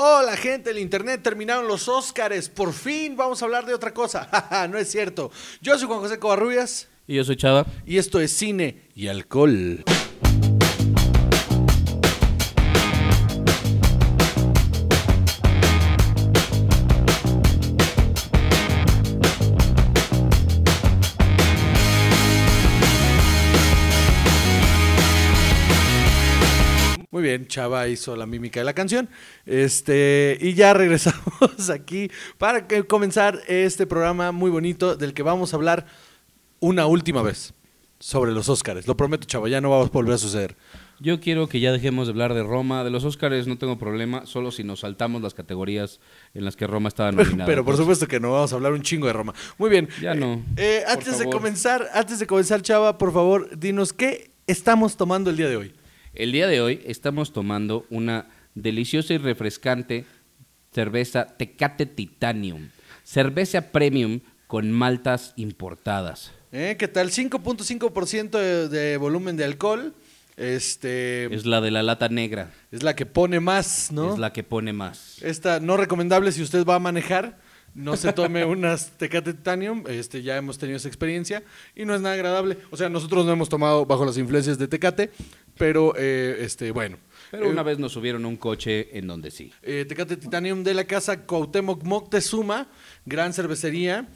Hola gente del internet, terminaron los Óscares, por fin vamos a hablar de otra cosa. No es cierto. Yo soy Juan José Covarrubias. Y yo soy Chava. Y esto es Cine y Alcohol. Muy bien, Chava hizo la mímica de la canción. Y ya regresamos aquí para comenzar este programa muy bonito del que vamos a hablar una última vez sobre los Óscares. Lo prometo, Chava, ya no va a volver a suceder. Yo quiero que ya dejemos de hablar de Roma. De los Óscares no tengo problema, solo si nos saltamos las categorías en las que Roma estaba nominada. Pero por supuesto que no vamos a hablar un chingo de Roma. Muy bien. Ya no. Antes de comenzar, Chava, por favor, dinos qué estamos tomando el día de hoy. El día de hoy estamos tomando una deliciosa y refrescante cerveza Tecate Titanium. Cerveza premium con maltas importadas. ¿Qué tal? 5.5% de volumen de alcohol. Es la de la lata negra. Es la que pone más, ¿no? Es la que pone más. Esta no recomendable si usted va a manejar. No se tome unas Tecate Titanium, ya hemos tenido esa experiencia y no es nada agradable. O sea, nosotros no hemos tomado bajo las influencias de Tecate, pero bueno. Pero una vez nos subieron a un coche en donde sí. Tecate Titanium de la casa Cuauhtémoc Moctezuma, gran cervecería.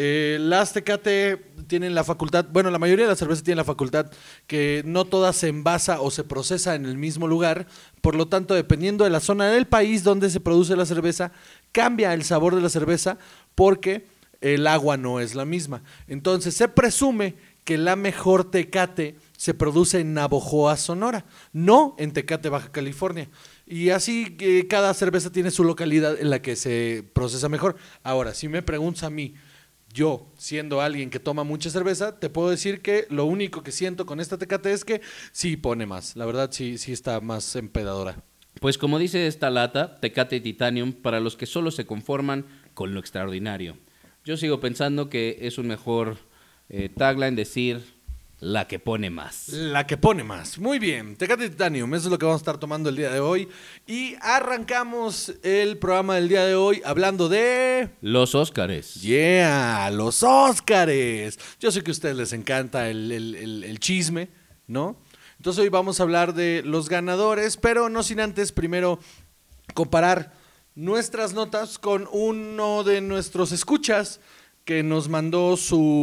Las Tecate tienen la facultad, bueno, la mayoría de las cervezas tienen la facultad que no todas se envasa o se procesa en el mismo lugar, por lo tanto, dependiendo de la zona del país donde se produce la cerveza, cambia el sabor de la cerveza porque el agua no es la misma. Entonces, se presume que la mejor Tecate se produce en Navojoa, Sonora, no en Tecate, Baja California. Y así cada cerveza tiene su localidad en la que se procesa mejor. Ahora, si me preguntas a mí, yo, siendo alguien que toma mucha cerveza, te puedo decir que lo único que siento con esta Tecate es que sí pone más. La verdad, sí está más empedadora. Pues como dice esta lata, Tecate Titanium, para los que solo se conforman con lo extraordinario. Yo sigo pensando que es un mejor tagline decir la que pone más. La que pone más. Muy bien. Tecate Titanium, eso es lo que vamos a estar tomando el día de hoy. Y arrancamos el programa del día de hoy hablando de... los Óscares. Yeah, los Óscares. Yo sé que a ustedes les encanta el chisme, ¿no? Entonces hoy vamos a hablar de los ganadores, pero no sin antes primero comparar nuestras notas con uno de nuestros escuchas que nos mandó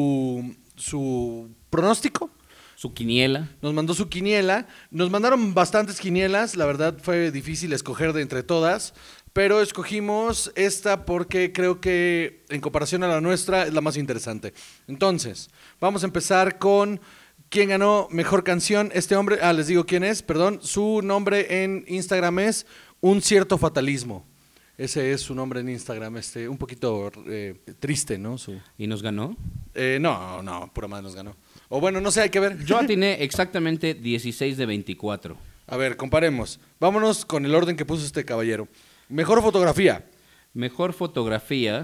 su pronóstico. Su quiniela. Nos mandó su quiniela. Nos mandaron bastantes quinielas. La verdad fue difícil escoger de entre todas. Pero escogimos esta porque creo que en comparación a la nuestra es la más interesante. Entonces, vamos a empezar con quién ganó mejor canción. Este hombre, les digo quién es, perdón. Su nombre en Instagram es Un Cierto Fatalismo. Ese es su nombre en Instagram, un poquito triste, ¿no? ¿Y nos ganó? No, pura madre nos ganó. O bueno, no sé, hay que ver. Yo atiné exactamente 16 de 24. A ver, comparemos. Vámonos con el orden que puso este caballero. Mejor fotografía. Mejor fotografía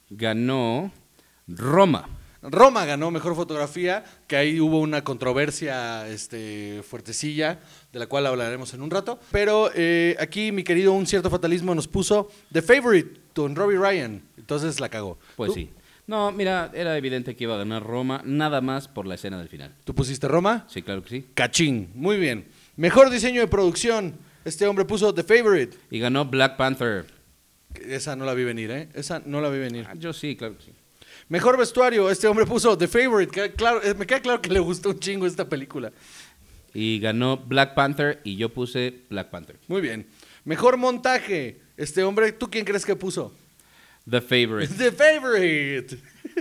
ganó Roma. Roma ganó mejor fotografía, que ahí hubo una controversia fuertecilla, de la cual hablaremos en un rato. Pero aquí mi querido Un Cierto Fatalismo nos puso The Favorite con Robbie Ryan. Entonces la cagó. Pues ¿Tú? sí. No, mira, era evidente que iba a ganar Roma, nada más por la escena del final. ¿Tú pusiste Roma? Sí, claro que sí. Cachín, muy bien. Mejor diseño de producción. Este hombre puso The Favorite. Y ganó Black Panther. Esa no la vi venir, ¿eh? Esa no la vi venir. Yo sí, claro que sí. Mejor vestuario, este hombre puso The Favorite. Me queda claro que le gustó un chingo esta película. Y ganó Black Panther y yo puse Black Panther. Muy bien. Mejor montaje, este hombre, ¿tú quién crees que puso? The Favorite. The Favorite.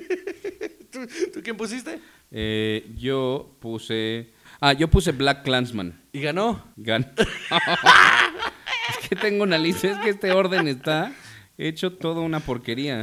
¿Tú quién pusiste? Yo puse Black Klansman. ¿Y ganó? Ganó. Es que tengo una lista, es que este orden está hecho toda una porquería.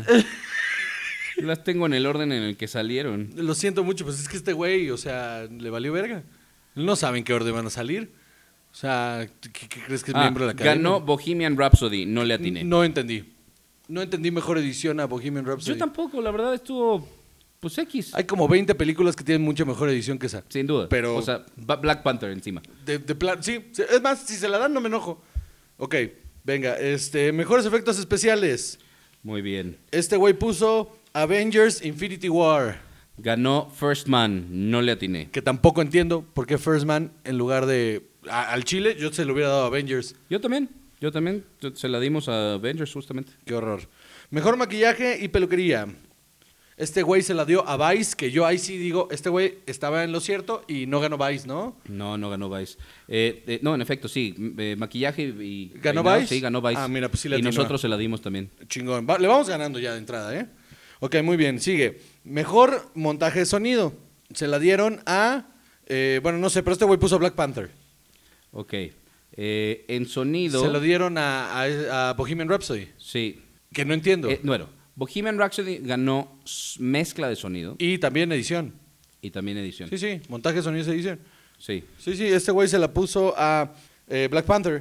Las tengo en el orden en el que salieron. Lo siento mucho, pues es que este güey, o sea, le valió verga. No saben qué orden van a salir. O sea, ¿qué crees que es miembro de la academia? Ganó Bohemian Rhapsody, no le atiné. No entendí. No entendí mejor edición a Bohemian Rhapsody. Yo tampoco, la verdad estuvo, pues X. Hay como 20 películas que tienen mucha mejor edición que esa. Sin duda. Pero, o sea, Black Panther encima. Sí, es más, si se la dan no me enojo. Ok, Venga, mejores efectos especiales. Muy bien. Este güey puso Avengers Infinity War. Ganó First Man, no le atiné. Que tampoco entiendo por qué First Man en lugar de al Chile, yo se lo hubiera dado a Avengers. Yo también. Se la dimos a Avengers justamente. Qué horror. Mejor maquillaje y peluquería. Este güey se la dio a Vice, que yo ahí sí digo, este güey estaba en lo cierto y no ganó Vice, ¿no? No ganó Vice. No, en efecto, sí. Maquillaje y... ¿Ganó peinado, Vice? Sí, ganó Vice. Ah, mira, pues sí le Y atinó. nosotros se la dimos también. Chingón. Le vamos ganando ya de entrada, ¿eh? Ok, muy bien. Sigue. Mejor montaje de sonido. Se la dieron a... bueno, no sé, pero este güey puso Black Panther. Ok. En sonido... Se lo dieron a Bohemian Rhapsody. Sí. Que no entiendo. Bueno, Bohemian Rhapsody ganó mezcla de sonido Y también edición. y también edición. Sí, sí. Montaje de sonido y edición. Sí, Sí, sí. Este güey se la puso a Black Panther.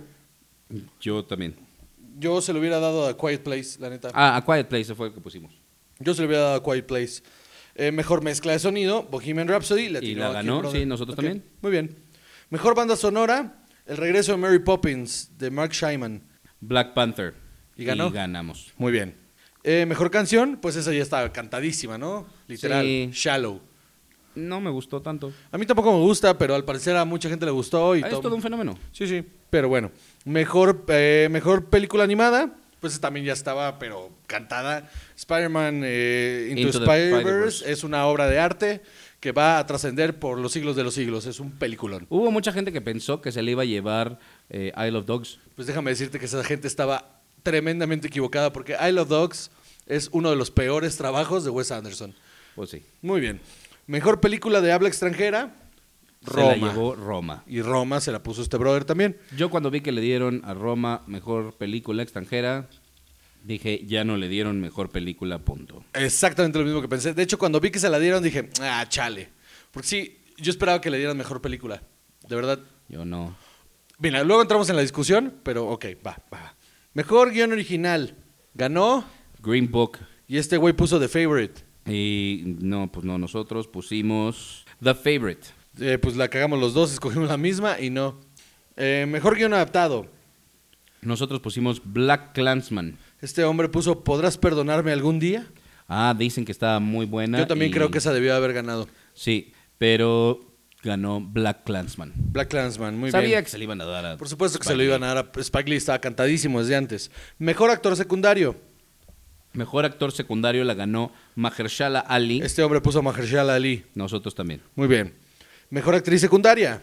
yo también. Yo se lo hubiera dado a Quiet Place, la neta. Ah, A Quiet Place fue el que pusimos. Yo se lo hubiera dado a Quiet Place. Mejor mezcla de sonido, Bohemian Rhapsody. Le Y atinó la aquí, ganó, brother. sí, nosotros Ok, también. Muy bien. Mejor banda sonora, El regreso de Mary Poppins, de Mark Shyman. Black Panther. ¿Y ganó? Ganamos. Muy bien. Mejor canción, pues esa ya está cantadísima, ¿no? Literal. Sí. Shallow. No me gustó tanto. A mí tampoco me gusta, pero al parecer a mucha gente le gustó. Y Es todo un fenómeno. Sí, sí. Pero bueno. Mejor película animada, pues también ya estaba, pero cantada. Spider-Man Into Into the Spider-Verse. Spider-Verse es una obra de arte que va a trascender por los siglos de los siglos. Es un peliculón. Hubo mucha gente que pensó que se le iba a llevar Isle of Dogs. Pues déjame decirte que esa gente estaba tremendamente equivocada porque Isle of Dogs es uno de los peores trabajos de Wes Anderson. Pues sí. Muy bien. Mejor película de habla extranjera, Se Roma. la llevó Roma. Y Roma se la puso este brother también. Yo cuando vi que le dieron a Roma mejor película extranjera, dije, ya no le dieron mejor película, punto. Exactamente lo mismo que pensé. De hecho, cuando vi que se la dieron dije, chale. Porque sí, yo esperaba que le dieran mejor película. De verdad. Yo no. Mira, luego entramos en la discusión, pero ok, va. Mejor guión original. Ganó Green Book. y este güey puso The Favorite. Y no, pues no, nosotros pusimos The Favorite. Pues la cagamos los dos, escogimos la misma y no. Mejor guión adaptado. Nosotros pusimos Black Klansman. Este hombre puso ¿Podrás perdonarme algún día? Ah, dicen que estaba muy buena. Yo también y- creo que esa debió haber ganado. Sí, pero ganó Black Klansman. Black Clansman, muy Sabía bien. que se le iban a dar a... Por supuesto que se Spike lo Lee. iban a dar a Spike Lee, estaba cantadísimo desde antes. Mejor actor secundario. Mejor actor secundario la ganó Mahershala Ali. Este hombre puso a Mahershala Ali. Nosotros también. Muy bien. Mejor actriz secundaria.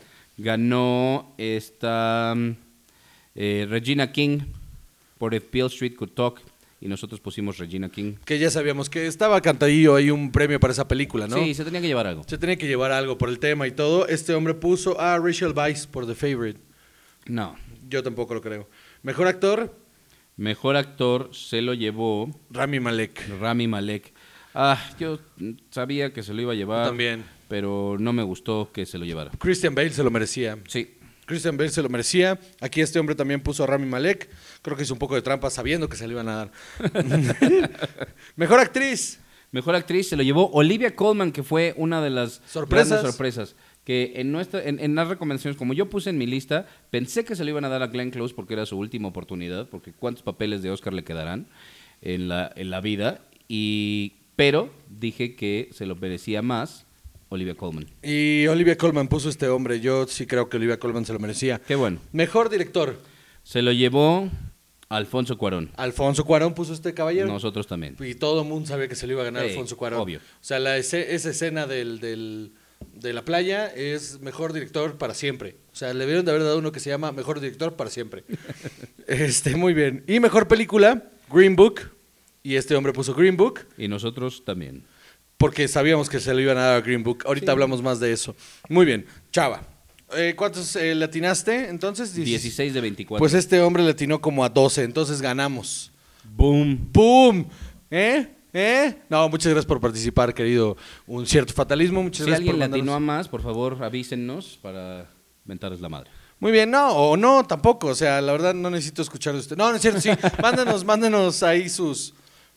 Ganó esta Regina King por If Beale Street Could Talk. Y nosotros pusimos Regina King. Que ya sabíamos que estaba cantadillo ahí un premio para esa película, ¿no? Sí, se tenía que llevar algo. Se tenía que llevar algo por el tema y todo. Este hombre puso a Rachel Weisz por The Favorite. No. Yo tampoco lo creo. Mejor actor, Mejor actor se lo llevó Rami Malek. Rami Malek. Yo sabía que se lo iba a llevar. También. Pero no me gustó que se lo llevara. Christian Bale se lo merecía. Sí. Christian Bale se lo merecía. Aquí este hombre también puso a Rami Malek. Creo que hizo un poco de trampa sabiendo que se le iban a dar. Mejor actriz. Mejor actriz se lo llevó Olivia Colman, que fue una de las Sorpresas. grandes sorpresas. Que en las recomendaciones, como yo puse en mi lista, pensé que se lo iban a dar a Glenn Close porque era su última oportunidad, porque cuántos papeles de Oscar le quedarán en la vida. Pero dije que se lo merecía más Olivia Colman. Y Olivia Colman puso este hombre. Yo sí creo que Olivia Colman se lo merecía. Qué bueno. Mejor director. Se lo llevó Alfonso Cuarón. Alfonso Cuarón puso este caballero. Nosotros también. Y todo el mundo sabía que se lo iba a ganar Sí, Alfonso Cuarón. obvio. O sea, esa escena de la playa es mejor director para siempre. O sea, le debieron de haber dado uno que se llama mejor director para siempre. Muy bien. Y mejor película, Green Book. Y este hombre puso Green Book Y nosotros también. porque sabíamos que se lo iban a dar a Green Book. Ahorita hablamos más de eso. Muy bien. Chava, ¿cuántos le atinaste entonces? 16 de 24. Pues este hombre le atinó como a 12, entonces ganamos. Boom. ¡Boom! No, muchas gracias por participar, querido. Un cierto fatalismo. Muchas Si gracias alguien por le atinó a mandarnos- más, por favor avísennos para mentarles la madre. Muy bien, no, tampoco. O sea, la verdad no necesito escuchar de usted. No, no es cierto, sí. Mándenos ahí sus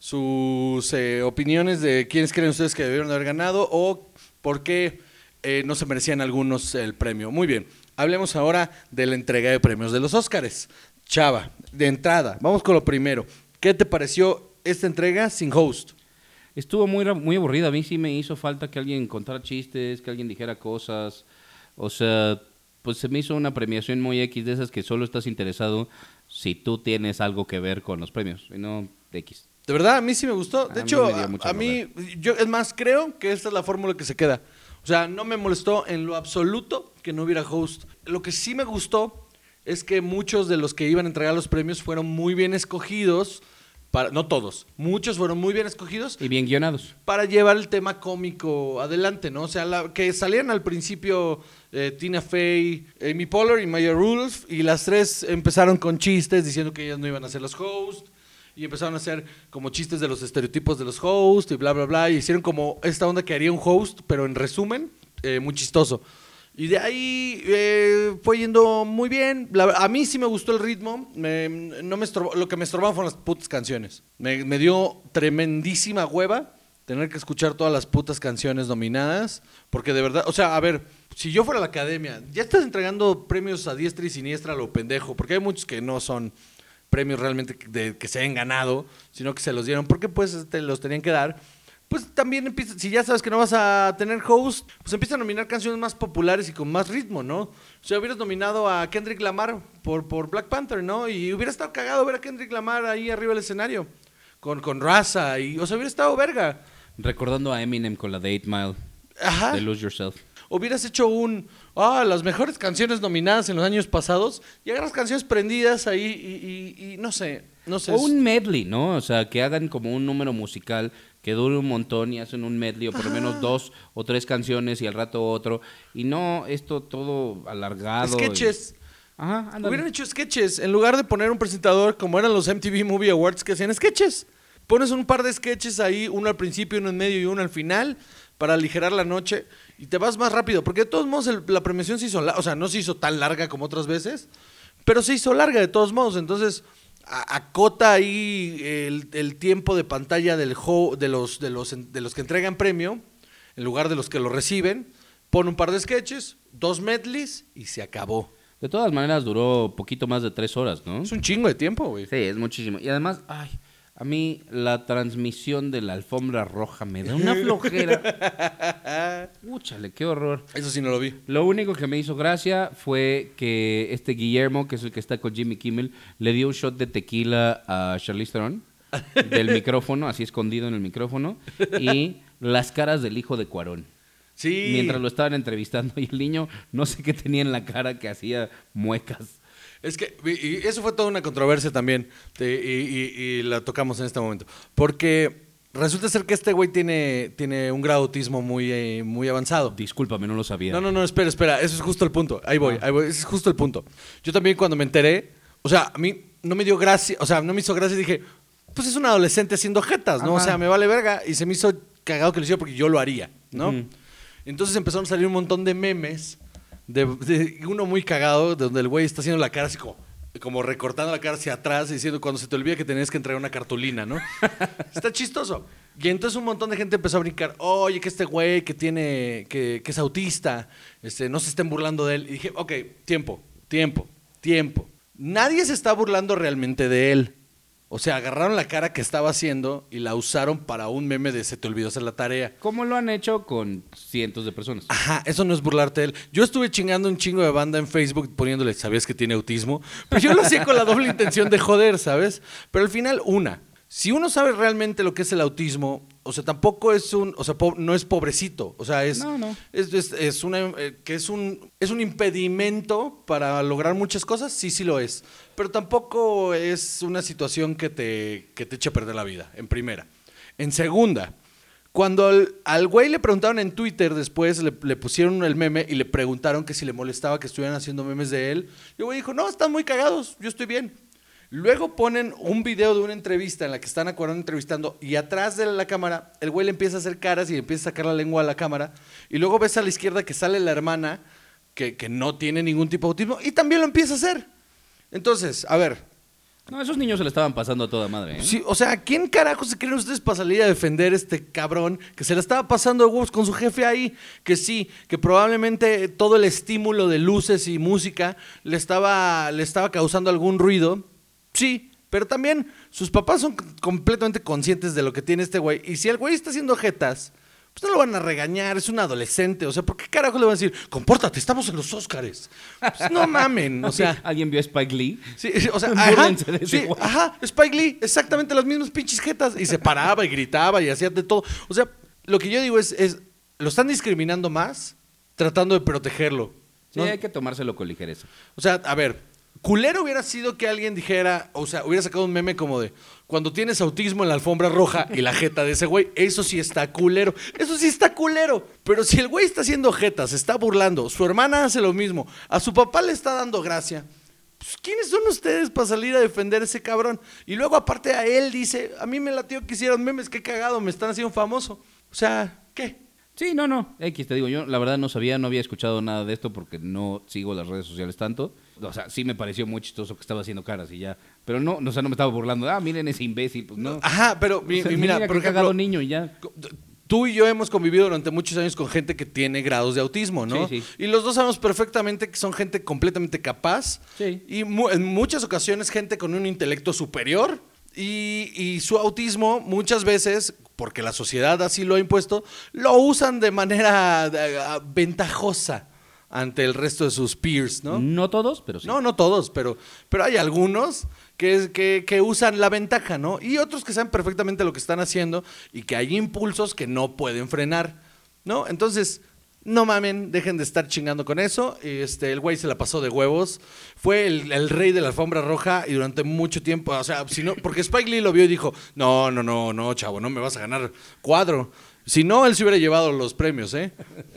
opiniones de quiénes creen ustedes que debieron de haber ganado o por qué no se merecían algunos el premio. Muy bien. Hablemos ahora de la entrega de premios de los Óscares. Chava, de entrada, vamos con lo primero. ¿Qué te pareció esta entrega sin host? Estuvo muy aburrida. A mí sí me hizo falta que alguien contara chistes, que alguien dijera cosas. O sea, pues se me hizo una premiación muy X de esas que solo estás interesado si tú tienes algo que ver con los premios, y no X. De verdad, a mí sí me gustó. De hecho, a mí, yo es más, creo que esta es la fórmula que se queda. O sea, no me molestó en lo absoluto que no hubiera host. Lo que sí me gustó es que muchos de los que iban a entregar los premios fueron muy bien escogidos. No todos, muchos fueron muy bien escogidos. Y bien guionados. Para llevar el tema cómico adelante, ¿no? O sea, que salían al principio Tina Fey, Amy Poehler y Maya Rudolph, y las tres empezaron con chistes diciendo que ellas no iban a ser los hosts, y empezaron a hacer como chistes de los estereotipos de los hosts y bla, bla, bla, y hicieron como esta onda que haría un host, pero en resumen, muy chistoso. Y de ahí fue yendo muy bien. A mí sí me gustó el ritmo. No me estorbó, lo que me estorbaban fueron las putas canciones. Me dio tremendísima hueva tener que escuchar todas las putas canciones nominadas. Porque de verdad, o sea, a ver, si yo fuera a la academia, ya estás entregando premios a diestra y siniestra a lo pendejo. Porque hay muchos que no son premios realmente que se hayan ganado, sino que se los dieron porque pues los tenían que dar. Pues también empieza, si ya sabes que no vas a tener host, pues empieza a nominar canciones más populares y con más ritmo, ¿no? O sea, hubieras nominado a Kendrick Lamar por Black Panther, ¿no? Y hubiera estado cagado ver a Kendrick Lamar ahí arriba del escenario, con raza, y, o sea, hubiera estado verga. Recordando a Eminem con la de 8 Mile, Ajá. de Lose Yourself. Hubieras hecho las mejores canciones nominadas en los años pasados, y agarras canciones prendidas ahí y no sé. O un medley, ¿no? O sea, que hagan como un número musical que dure un montón y hacen un medley o por lo menos 2 o 3 canciones y al rato otro. Y no esto todo alargado. Sketches. Ajá, ándale. Hubieran hecho sketches en lugar de poner un presentador como eran los MTV Movie Awards que hacían sketches. Pones un par de sketches ahí, uno al principio, uno en medio y uno al final para aligerar la noche y te vas más rápido. Porque de todos modos la premiación se hizo, o sea, no se hizo tan larga como otras veces, pero se hizo larga de todos modos. Entonces acota ahí el tiempo de pantalla de los que entregan premio en lugar de los que lo reciben. Pone un par de sketches, 2 medleys y se acabó. De todas maneras duró poquito más de 3 horas, ¿no? Es un chingo de tiempo, güey. Sí, es muchísimo. Y además, a mí la transmisión de la alfombra roja me da una flojera. Úchale, qué horror. Eso sí no lo vi. Lo único que me hizo gracia fue que Guillermo, que es el que está con Jimmy Kimmel, le dio un shot de tequila a Charlize Theron del micrófono, así escondido en el micrófono, y las caras del hijo de Cuarón. Sí. Mientras lo estaban entrevistando y el niño no sé qué tenía en la cara que hacía muecas. Es que y eso fue toda una controversia también y la tocamos en este momento. Porque resulta ser que este güey tiene un grado de autismo muy avanzado. Discúlpame, no lo sabía. No, espera, eso es justo el punto. Ahí voy, ese es justo el punto. Yo también cuando me enteré, o sea, a mí no me dio gracia, o sea, no me hizo gracia y dije, pues es un adolescente haciendo jetas, ¿no? Ajá. O sea, me vale verga y se me hizo cagado que lo hiciera porque yo lo haría, ¿no? Uh-huh. Entonces empezaron a salir un montón de memes de uno muy cagado, donde el güey está haciendo la cara así como recortando la cara hacia atrás y diciendo cuando se te olvida que tenías que entregar una cartulina, ¿no? Está chistoso. Y entonces un montón de gente empezó a brincar, oye, que este güey que es autista, no se estén burlando de él. Y dije, ok, tiempo. Nadie se está burlando realmente de él. O sea, agarraron la cara que estaba haciendo y la usaron para un meme de se te olvidó hacer la tarea. Como lo han hecho con cientos de personas. Ajá, eso no es burlarte de él. Yo estuve chingando un chingo de banda en Facebook poniéndole, ¿sabías que tiene autismo? Pero yo lo hacía con la doble intención de joder, ¿sabes? Pero al final, si uno sabe realmente lo que es el autismo, o sea, tampoco es no es pobrecito, o sea, es un impedimento para lograr muchas cosas, sí lo es, pero tampoco es una situación que te eche a perder la vida, en primera. En segunda, cuando al güey le preguntaron en Twitter después, le pusieron el meme y le preguntaron que si le molestaba que estuvieran haciendo memes de él, y el güey dijo, no, están muy cagados, yo estoy bien. Luego ponen un video de una entrevista en la que están a Cuarón entrevistando y atrás de la cámara el güey le empieza a hacer caras y le empieza a sacar la lengua a la cámara y luego ves a la izquierda que sale la hermana que no tiene ningún tipo de autismo y también lo empieza a hacer. Entonces, a ver, No, esos niños se le estaban pasando a toda madre, ¿eh? Sí, o sea, ¿quién carajo se creen ustedes para salir a defender a este cabrón que se la estaba pasando de huevos con su jefe ahí? Que sí, que probablemente todo el estímulo de luces y música le estaba causando algún ruido. Sí, pero también sus papás son completamente conscientes de lo que tiene este güey. Y si el güey está haciendo jetas, pues no lo van a regañar, es un adolescente. O sea, ¿por qué carajo le van a decir, compórtate, estamos en los Óscares? Pues no mamen, o sea. ¿Alguien vio a Spike Lee? Sí, o sea, Búrlense de ese sí, güey. Spike Lee, exactamente las mismas pinches jetas. Y se paraba y gritaba y hacía de todo. O sea, lo que yo digo es lo están discriminando más tratando de protegerlo, Sí, ¿no? hay que tomárselo con ligereza. O sea, a ver, culero hubiera sido que alguien dijera, o sea, hubiera sacado un meme como de cuando tienes autismo en la alfombra roja y la jeta de ese güey, eso sí está culero. Eso sí está culero. Pero si el güey está haciendo jetas, se está burlando, su hermana hace lo mismo, a su papá le está dando gracia. Pues, ¿quiénes son ustedes para salir a defender a ese cabrón? Y luego, aparte, a él dice, a mí me latió que hicieron memes, qué cagado, me están haciendo famoso. O sea, ¿qué? Sí, no. X, te digo, yo la verdad no sabía, no había escuchado nada de esto porque no sigo las redes sociales tanto. O sea, sí me pareció muy chistoso que estaba haciendo caras y ya. Pero no, o sea, no me estaba burlando. Miren ese imbécil, pues no. Ajá, pero O sea, mira, qué por cagado ejemplo, niño y ya. tú y yo hemos convivido durante muchos años con gente que tiene grados de autismo, ¿no? Sí, sí. Y los dos sabemos perfectamente que son gente completamente capaz. Sí. Y en muchas ocasiones gente con un intelecto superior. Y su autismo muchas veces, porque la sociedad así lo ha impuesto, lo usan de manera ventajosa ante el resto de sus peers, ¿no? No todos, pero sí. No todos, pero hay algunos que usan la ventaja, ¿no? Y otros que saben perfectamente lo que están haciendo y que hay impulsos que no pueden frenar, ¿no? Entonces, no mamen, dejen de estar chingando con eso. El güey se la pasó de huevos. Fue el rey de la alfombra roja y durante mucho tiempo, o sea, si no, porque Spike Lee lo vio y dijo, no, chavo, no me vas a ganar cuadro. Si no, él se hubiera llevado los premios, ¿eh?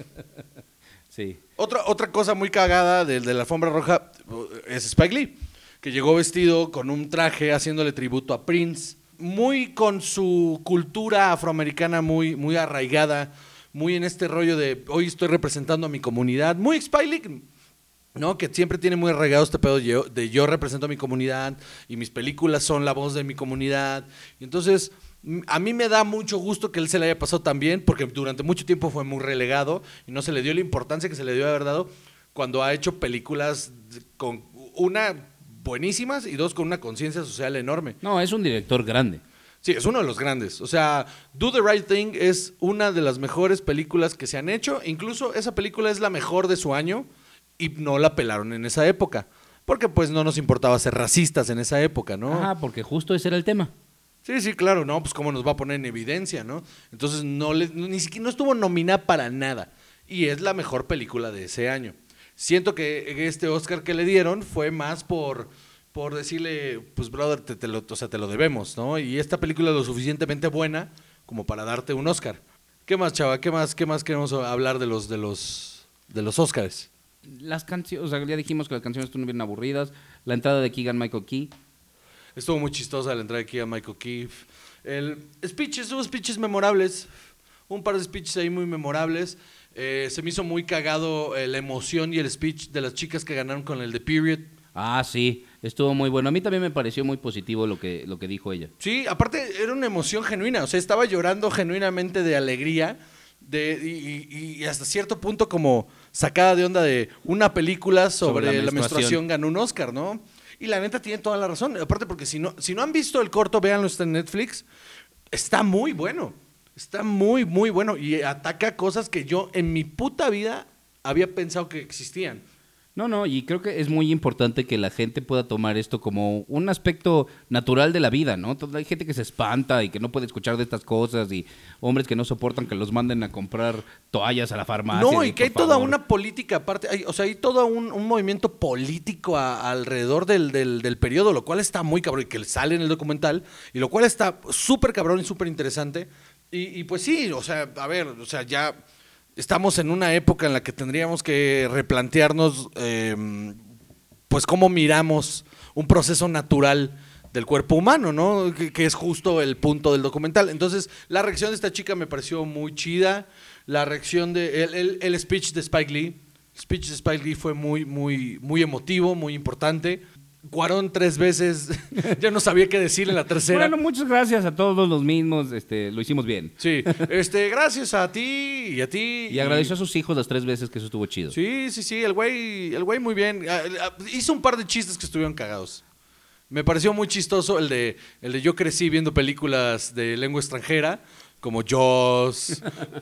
Sí. Otra cosa muy cagada de la alfombra roja es Spike Lee, que llegó vestido con un traje haciéndole tributo a Prince, muy con su cultura afroamericana muy arraigada, muy en este rollo de hoy estoy representando a mi comunidad, muy Spike Lee, ¿no? Que siempre tiene muy arraigado este pedo de yo represento a mi comunidad y mis películas son la voz de mi comunidad. Y entonces, a mí me da mucho gusto que él se le haya pasado tan bien, porque durante mucho tiempo fue muy relegado y no se le dio la importancia que se le dio haber dado cuando ha hecho películas con buenísimas y dos con una conciencia social enorme. No, es un director grande. Sí, es uno de los grandes. O sea, Do the Right Thing es una de las mejores películas que se han hecho. Incluso esa película es la mejor de su año y no la pelaron en esa época. Porque pues no nos importaba ser racistas en esa época, ¿no? Ajá, porque justo ese era el tema. Sí, claro, ¿no? Pues cómo nos va a poner en evidencia, ¿no? Entonces ni siquiera no estuvo nominada para nada. Y es la mejor película de ese año. Siento que este Oscar que le dieron fue más por decirle, pues brother, te lo debemos, ¿no? Y esta película es lo suficientemente buena como para darte un Oscar. ¿Qué más, chava? ¿Qué más queremos hablar de los Oscars? Las canciones, o sea, ya dijimos que las canciones estuvieron bien aburridas. La entrada de Keegan Michael Key. Estuvo muy chistosa la entrada aquí a Michael Keefe. Hubo speeches memorables. Un par de speeches ahí muy memorables. Se me hizo muy cagado la emoción y el speech de las chicas que ganaron con el The Period. Ah, sí, estuvo muy bueno. A mí también me pareció muy positivo lo que dijo ella. Sí, aparte era una emoción genuina. O sea, estaba llorando genuinamente de alegría. Y hasta cierto punto como sacada de onda de una película sobre la menstruación ganó un Oscar, ¿no? Y la neta tiene toda la razón. Aparte porque si no han visto el corto, véanlo, está en Netflix. Está muy bueno. Está muy bueno. Y ataca cosas que yo en mi puta vida había pensado que existían. No, y creo que es muy importante que la gente pueda tomar esto como un aspecto natural de la vida, ¿no? Hay gente que se espanta y que no puede escuchar de estas cosas y hombres que no soportan que los manden a comprar toallas a la farmacia. No, y que hay toda una política aparte, hay todo un movimiento político alrededor del periodo, lo cual está muy cabrón y que sale en el documental, y lo cual está súper cabrón y súper interesante. Y pues sí, o sea, a ver, o sea, ya estamos en una época en la que tendríamos que replantearnos pues cómo miramos un proceso natural del cuerpo humano, ¿no? Que es justo el punto del documental. Entonces, la reacción de esta chica me pareció muy chida. La reacción de el speech de Spike Lee. El speech de Spike Lee fue muy emotivo, muy importante. Cuarón 3 veces. Ya no sabía qué decir en la tercera. Bueno, muchas gracias a todos los mismos. Lo hicimos bien. Sí, gracias a ti y a ti. Y agradeció a sus hijos las 3 veces, que eso estuvo chido. Sí, el güey muy bien. Hizo un par de chistes que estuvieron cagados. Me pareció muy chistoso el de yo crecí viendo películas de lengua extranjera, como Jaws.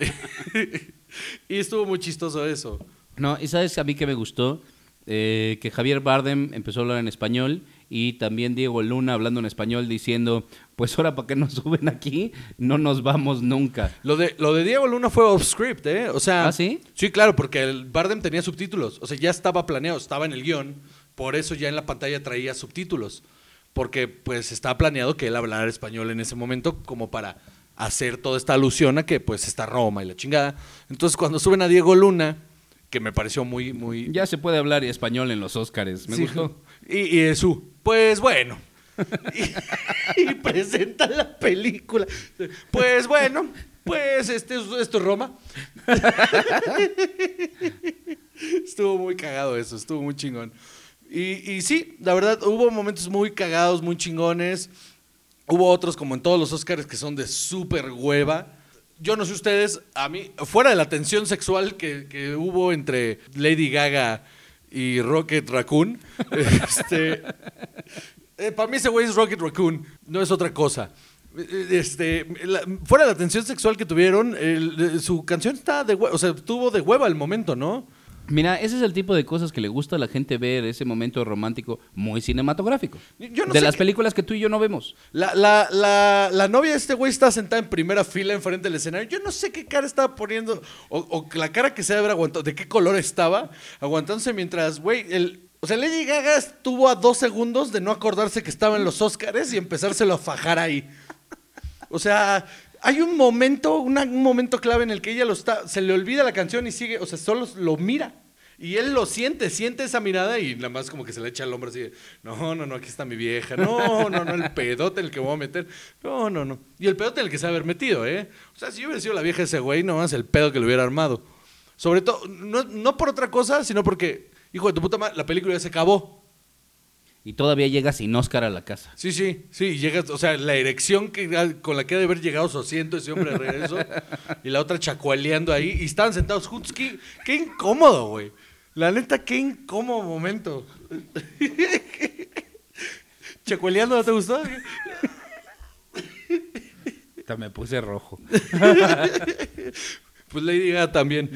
Y estuvo muy chistoso eso. No, y ¿sabes a mí que me gustó? Que Javier Bardem empezó a hablar en español y también Diego Luna hablando en español diciendo, pues ahora para qué nos suben aquí, no nos vamos nunca. Lo de Diego Luna fue off script, ¿eh? O sea, ¿Ah, sí? Sí, claro, porque el Bardem tenía subtítulos. O sea, ya estaba planeado, estaba en el guión. Por eso ya en la pantalla traía subtítulos. Porque pues estaba planeado que él hablara español en ese momento como para hacer toda esta alusión a que pues está Roma y la chingada. Entonces cuando suben a Diego Luna, que me pareció muy... Ya se puede hablar español en los Óscares, me gustó. Y pues bueno. Y presenta la película. Pues bueno, pues esto es Roma. Estuvo muy cagado eso, estuvo muy chingón. Y sí, la verdad, hubo momentos muy cagados, muy chingones. Hubo otros, como en todos los Óscares, que son de súper hueva. Yo no sé ustedes, a mí, fuera de la tensión sexual que hubo entre Lady Gaga y Rocket Raccoon, para mí ese güey es Rocket Raccoon, no es otra cosa. Fuera de la tensión sexual que tuvieron, su canción está de hueva, o sea, tuvo de hueva el momento, ¿no? Mira, ese es el tipo de cosas que le gusta a la gente ver, ese momento romántico muy cinematográfico. Yo no de sé las películas que tú y yo no vemos. La novia de este güey está sentada en primera fila enfrente del escenario. Yo no sé qué cara estaba poniendo, o la cara que se habrá aguantado, de qué color estaba, aguantándose mientras, güey, o sea, Lady Gaga estuvo a 2 segundos de no acordarse que estaba en los Óscares y empezárselo a fajar ahí. O sea, hay un momento clave en el que ella se le olvida la canción y sigue, o sea, solo lo mira. Y él lo siente esa mirada y nada más como que se le echa al hombro así de, no, aquí está mi vieja, no, el pedote en el que me voy a meter, no. Y el pedote en el que se va a haber metido, ¿eh? O sea, si yo hubiera sido la vieja de ese güey, no más el pedo que le hubiera armado. Sobre todo, no por otra cosa, sino porque, hijo de tu puta madre, la película ya se acabó. Y todavía llega sin Oscar a la casa. Sí, llegas, o sea, la erección con la que ha de haber llegado su asiento ese hombre de regreso y la otra chacualeando ahí y estaban sentados juntos. Qué incómodo, güey. La neta, qué incómodo momento. ¿Chacualeando no te gustó? Me puse rojo. Pues Lady Gaga también.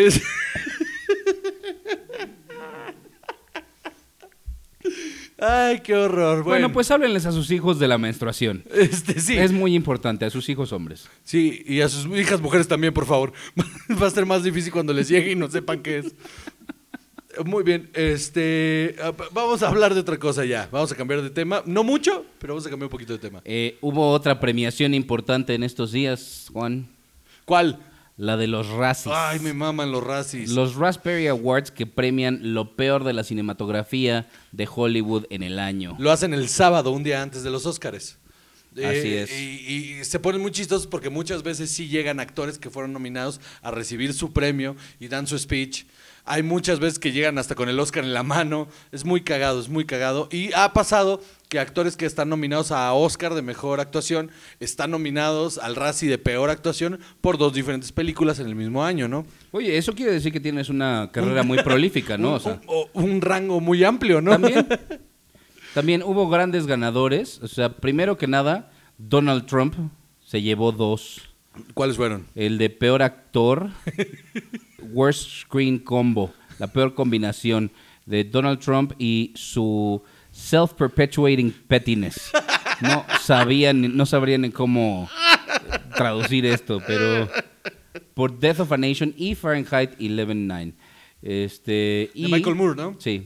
Ay, qué horror. Bueno, pues háblenles a sus hijos de la menstruación. Sí. Es muy importante, a sus hijos hombres. Sí, y a sus hijas mujeres también, por favor. Va a ser más difícil cuando les llegue y no sepan qué es. Muy bien, vamos a hablar de otra cosa ya. Vamos a cambiar de tema. No mucho, pero vamos a cambiar un poquito de tema. Hubo otra premiación importante en estos días, Juan. ¿Cuál? La de los Razzies. Ay, me maman los Razzies. Los Raspberry Awards, que premian lo peor de la cinematografía de Hollywood en el año. Lo hacen el sábado, un día antes de los Óscares. Así es. Y se ponen muy chistosos porque muchas veces sí llegan actores que fueron nominados a recibir su premio y dan su speech. Hay muchas veces que llegan hasta con el Oscar en la mano. Es muy cagado. Y ha pasado que actores que están nominados a Oscar de Mejor Actuación están nominados al Razzie de Peor Actuación por 2 diferentes películas en el mismo año, ¿no? Oye, eso quiere decir que tienes una carrera muy prolífica, ¿no? Un rango muy amplio, ¿no? También hubo grandes ganadores. O sea, primero que nada, Donald Trump se llevó 2. ¿Cuáles fueron? El de Peor Actor, Worst Screen Combo, la peor combinación de Donald Trump y su self-perpetuating pettiness. No sabrían ni cómo traducir esto, pero por Death of a Nation y Fahrenheit 11/9. De Michael Moore, ¿no? Sí.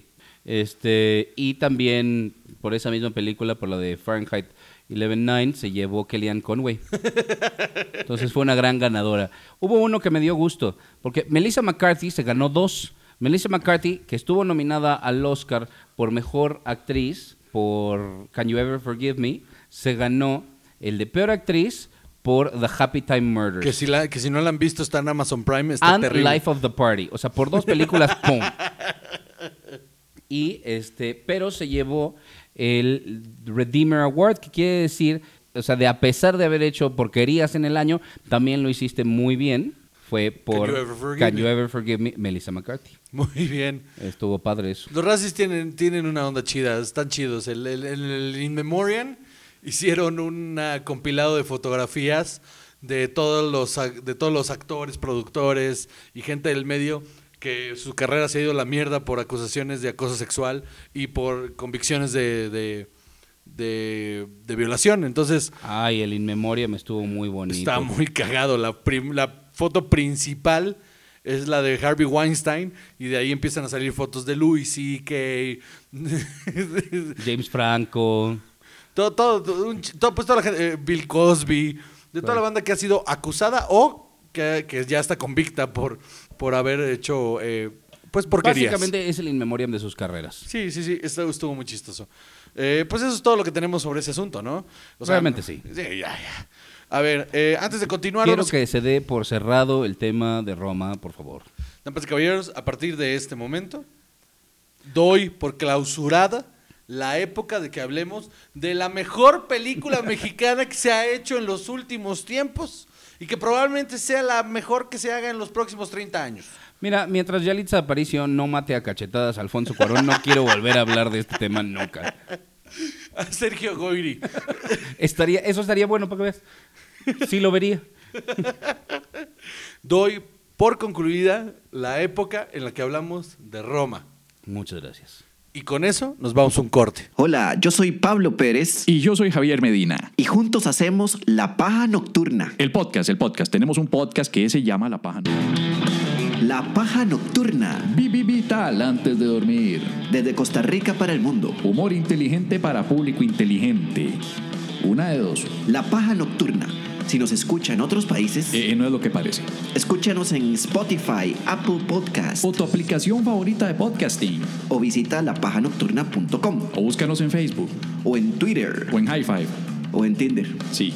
Y también por esa misma película, por la de Fahrenheit 11/9, se llevó Kellyanne Conway. Entonces fue una gran ganadora. Hubo uno que me dio gusto, porque Melissa McCarthy se ganó 2. Melissa McCarthy, que estuvo nominada al Oscar por Mejor Actriz por Can You Ever Forgive Me, se ganó el de Peor Actriz por The Happy Time Murders. Que si no la han visto está en Amazon Prime, está And terrible. Life of the Party. O sea, por 2 películas, ¡pum! pero se llevó el Redeemer Award, que quiere decir, o sea, a pesar de haber hecho porquerías en el año, también lo hiciste muy bien. Fue por Can You Ever Forgive Me, Melissa McCarthy. Muy bien. Estuvo padre eso. Los Razzies tienen una onda chida, están chidos. El In Memoriam hicieron un compilado de fotografías de todos los actores, productores y gente del medio que su carrera se ha ido a la mierda por acusaciones de acoso sexual y por convicciones de violación. Entonces, Ay, el In Memoriam estuvo muy bonito. está muy cagado. La foto principal es la de Harvey Weinstein y de ahí empiezan a salir fotos de Louis C.K. James Franco. Pues toda la gente, Bill Cosby, de toda la banda que ha sido acusada o que ya está convicta por haber hecho pues porquerías. Básicamente es el In Memoriam de sus carreras. Sí, estuvo muy chistoso. Pues eso es todo lo que tenemos sobre ese asunto, ¿no? Realmente sí. Sí, ya. A ver, antes de continuar... Quiero que se dé por cerrado el tema de Roma, por favor. Damas y caballeros, a partir de este momento, doy por clausurada la época de que hablemos de la mejor película mexicana que se ha hecho en los últimos tiempos y que probablemente sea la mejor que se haga en los próximos 30 años. Mira, mientras Yalitza Aparicio no mate a cachetadas a Alfonso Cuarón, no quiero volver a hablar de este tema nunca. A Sergio Goyri. Eso estaría bueno para que veas. Sí lo vería. Doy por concluida la época en la que hablamos de Roma. Muchas gracias. Y con eso nos vamos a un corte. Hola, yo soy Pablo Pérez Y yo soy Javier Medina. y juntos hacemos La Paja Nocturna. El podcast. Tenemos un podcast que se llama La Paja. La Paja Nocturna, Vital antes de dormir. desde Costa Rica para el mundo. Humor inteligente para público inteligente. Una de dos. La Paja Nocturna. Si nos escucha en otros países, No es lo que parece. escúchanos en Spotify, Apple Podcast O tu aplicación favorita de podcasting. o visita lapajanocturna.com O búscanos en Facebook. o en Twitter O en High Five. o en Tinder. Sí.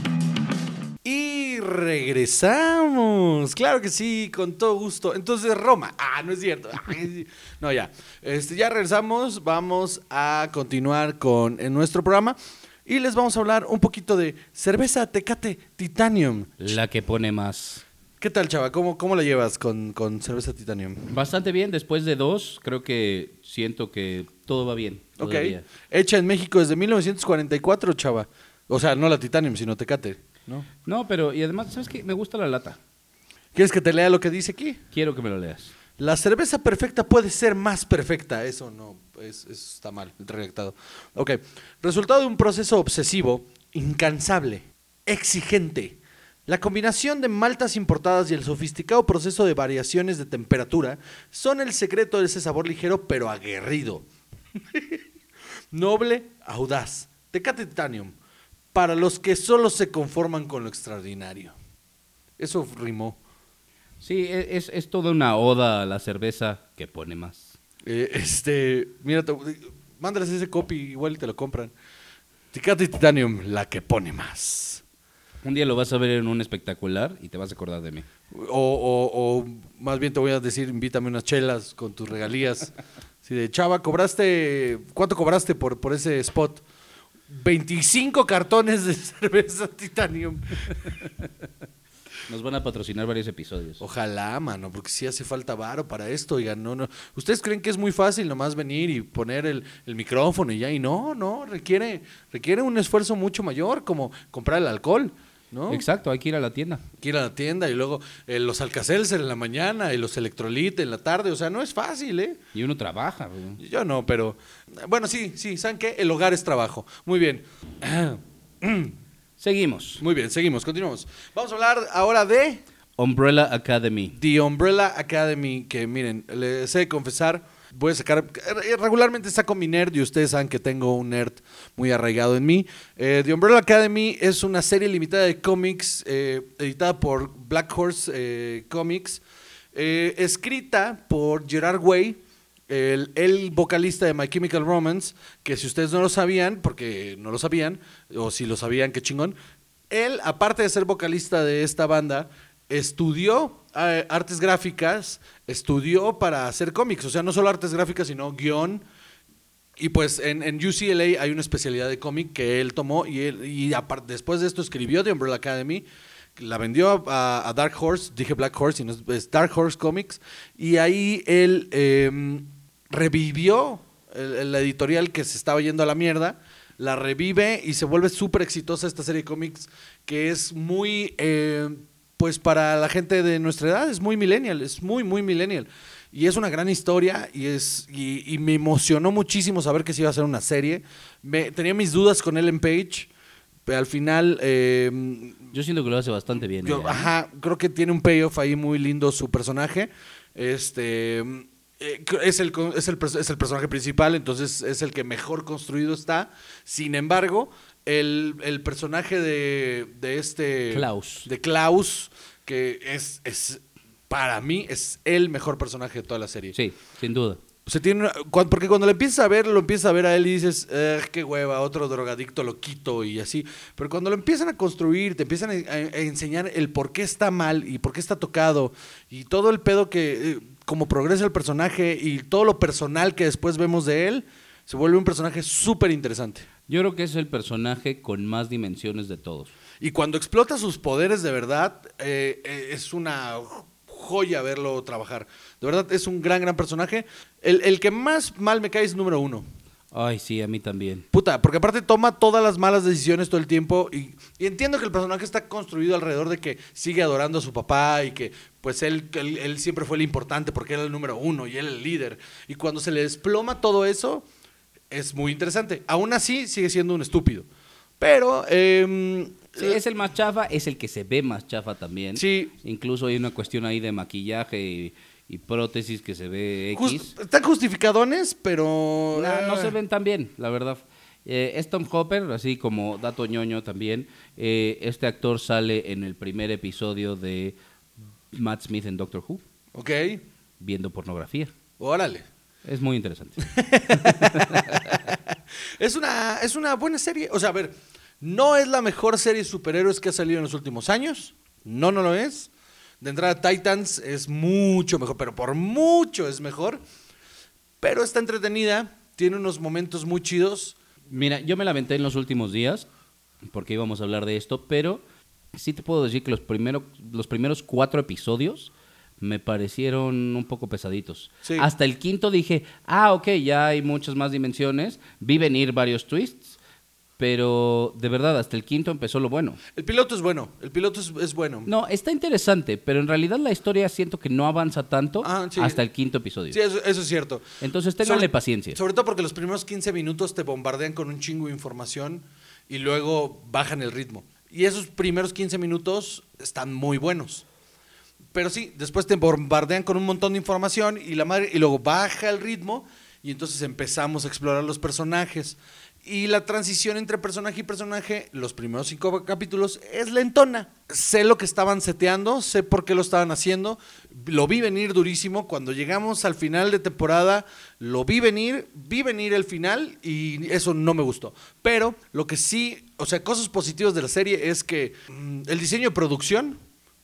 Y regresamos. Claro que sí, con todo gusto. Entonces, Roma. No es cierto. No, ya. Ya regresamos. Vamos a continuar con nuestro programa. Y les vamos a hablar un poquito de cerveza Tecate Titanium. La que pone más. ¿Qué tal, chava? ¿Cómo la llevas con cerveza Titanium? Bastante bien, después de 2, creo que siento que todo va bien. Ok. Todavía. Hecha en México desde 1944, chava. O sea, no la Titanium, sino Tecate, ¿no? No, pero, y además, ¿sabes qué? Me gusta la lata. ¿Quieres que te lea lo que dice aquí? Quiero que me lo leas. La cerveza perfecta puede ser más perfecta. Eso no, eso está mal, redactado. Ok. Resultado de un proceso obsesivo, incansable, exigente. La combinación de maltas importadas y el sofisticado proceso de variaciones de temperatura son el secreto de ese sabor ligero pero aguerrido. Noble, audaz. Tecate Titanium. Para los que solo se conforman con lo extraordinario. Eso rimó. Sí, es toda una oda a la cerveza que pone más. Mira, mándales ese copy, igual te lo compran. Tecate Titanium, la que pone más. Un día lo vas a ver en un espectacular y te vas a acordar de mí. O más bien te voy a decir, invítame unas chelas con tus regalías. Si de chava, ¿cuánto cobraste por ese spot? 25 cartones de cerveza Titanium. Nos van a patrocinar varios episodios. Ojalá, mano, porque sí hace falta varo para esto. Oigan, no. ¿Ustedes creen que es muy fácil nomás venir y poner el micrófono y ya? Y no, requiere un esfuerzo mucho mayor, como comprar el alcohol, ¿no? Exacto, hay que ir a la tienda. Hay que ir a la tienda y luego los Alka-Seltzer en la mañana y los Electrolit en la tarde. O sea, no es fácil, ¿eh? Y uno trabaja, güey. Yo no, pero... Bueno, sí, ¿saben qué? El hogar es trabajo. Muy bien. Seguimos. Muy bien, seguimos, continuamos. Vamos a hablar ahora de Umbrella Academy. The Umbrella Academy, que miren, les he de confesar, voy a sacar, regularmente saco mi nerd y ustedes saben que tengo un nerd muy arraigado en mí. The Umbrella Academy es una serie limitada de cómics editada por Black Horse Comics, escrita por Gerard Way, el vocalista de My Chemical Romance, que si ustedes no lo sabían, porque no lo sabían, o si lo sabían, qué chingón, él, aparte de ser vocalista de esta banda, estudió artes gráficas, estudió para hacer cómics, o sea, no solo artes gráficas, sino guión. Y pues en UCLA hay una especialidad de cómic que él tomó y después de esto escribió The Umbrella Academy, la vendió a Dark Horse, dije Black Horse, y no es Dark Horse Comics, y ahí él revivió la editorial que se estaba yendo a la mierda, la revive y se vuelve súper exitosa esta serie de cómics que es muy, pues para la gente de nuestra edad, es muy millennial, es muy, muy millennial. Y es una gran historia y me emocionó muchísimo saber que se iba a hacer una serie. Tenía mis dudas con Ellen Page, pero al final... yo siento que lo hace bastante bien. Creo que tiene un payoff ahí muy lindo su personaje. Es el personaje principal, entonces es el que mejor construido está. Sin embargo, el personaje de Klaus, que es para mí es el mejor personaje de toda la serie. Sí, sin duda. Porque cuando lo empiezas a ver a él y dices, qué hueva, otro drogadicto loquito y así. Pero cuando lo empiezan a construir, te empiezan a enseñar el por qué está mal y por qué está tocado y todo el pedo que, como progresa el personaje y todo lo personal que después vemos de él, se vuelve un personaje súper interesante. Yo creo que es el personaje con más dimensiones de todos. Y cuando explota sus poderes de verdad, es una joya verlo trabajar. De verdad, es un gran personaje. El que más mal me cae es número 1. Ay, sí, a mí también. Puta, porque aparte toma todas las malas decisiones todo el tiempo y entiendo que el personaje está construido alrededor de que sigue adorando a su papá y que pues él siempre fue el importante porque era el número 1 y él el líder. Y cuando se le desploma todo eso, es muy interesante. Aún así, sigue siendo un estúpido. Pero... sí, es el más chafa, es el que se ve más chafa también. Sí. Incluso hay una cuestión ahí de maquillaje y prótesis que se ve X. Están justificadones, pero... No se ven tan bien, la verdad. Es Tom Hopper, así como dato ñoño también. Este actor sale en el primer episodio de Matt Smith en Doctor Who. Ok. Viendo pornografía. Órale. Es muy interesante. Es una buena serie. O sea, a ver, no es la mejor serie de superhéroes que ha salido en los últimos años. No lo es. De entrada, Titans es mucho mejor, pero por mucho es mejor. Pero está entretenida, tiene unos momentos muy chidos. Mira, yo me lamenté en los últimos días, porque íbamos a hablar de esto, pero sí te puedo decir que los primeros 4 episodios me parecieron un poco pesaditos. Sí. Hasta el quinto dije, ok, ya hay muchas más dimensiones, vi venir varios twists, pero de verdad, hasta el quinto empezó lo bueno. El piloto es bueno, es bueno. No, está interesante, pero en realidad la historia siento que no avanza tanto Sí. hasta el quinto episodio. Sí, eso es cierto. Entonces ténganle paciencia. Sobre todo porque los primeros 15 minutos te bombardean con un chingo de información y luego bajan el ritmo. Y esos primeros 15 minutos están muy buenos. Pero sí, después te bombardean con un montón de información y luego baja el ritmo y entonces empezamos a explorar los personajes. Y la transición entre personaje y personaje, los primeros 5 capítulos, es lentona. Sé lo que estaban seteando, sé por qué lo estaban haciendo, lo vi venir durísimo. Cuando llegamos al final de temporada, lo vi venir el final y eso no me gustó. Pero lo que sí, o sea, cosas positivas de la serie es que el diseño de producción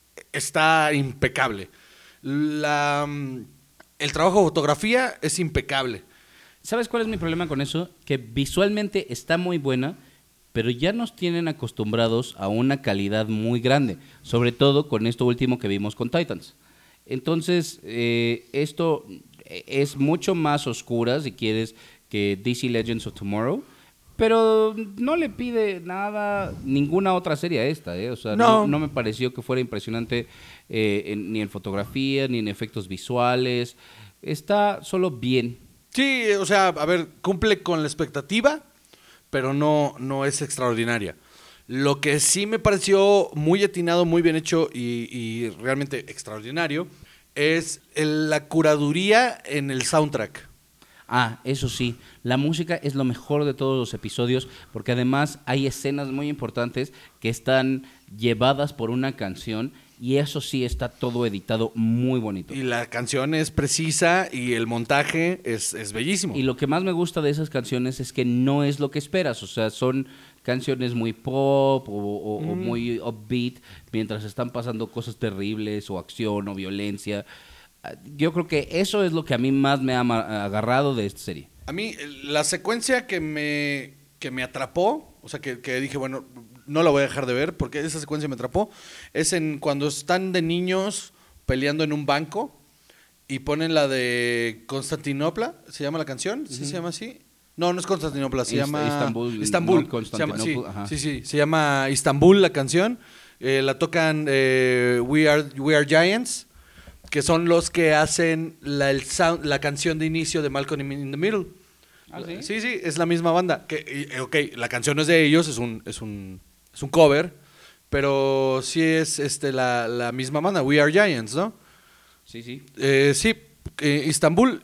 está impecable. El trabajo de fotografía es impecable. ¿Sabes cuál es mi problema con eso? Que visualmente está muy buena, pero ya nos tienen acostumbrados a una calidad muy grande, sobre todo con esto último que vimos con Titans. Entonces, esto es mucho más oscura, si quieres, que DC Legends of Tomorrow, pero no le pide nada, ninguna otra serie a esta, O sea, no me pareció que fuera impresionante ni en fotografía, ni en efectos visuales. Está solo bien. Sí, o sea, a ver, cumple con la expectativa, pero no es extraordinaria. Lo que sí me pareció muy atinado, muy bien hecho y realmente extraordinario es la curaduría en el soundtrack. Eso sí, la música es lo mejor de todos los episodios, porque además hay escenas muy importantes que están llevadas por una canción. Y eso sí, está todo editado muy bonito. Y la canción es precisa y el montaje es bellísimo. Y lo que más me gusta de esas canciones es que no es lo que esperas. O sea, son canciones muy pop o muy upbeat, mientras están pasando cosas terribles o acción o violencia. Yo creo que eso es lo que a mí más me ha agarrado de esta serie. A mí, la secuencia que me atrapó, o sea, que dije, bueno, no la voy a dejar de ver porque esa secuencia me atrapó, es en cuando están de niños peleando en un banco y ponen la de Constantinopla, ¿se llama la canción? ¿Sí se llama así? No, no es Constantinopla, se llama Istanbul. Istanbul. No, Constantinopla, Sí, se llama Istanbul la canción. La tocan We Are Giants, que son los que hacen la canción de inicio de Malcolm in the Middle. ¿Ah, sí? Sí, es la misma banda. Ok, la canción no es de ellos, es un cover, pero sí es la misma banda, We Are Giants, ¿no? Sí. Sí, Istanbul,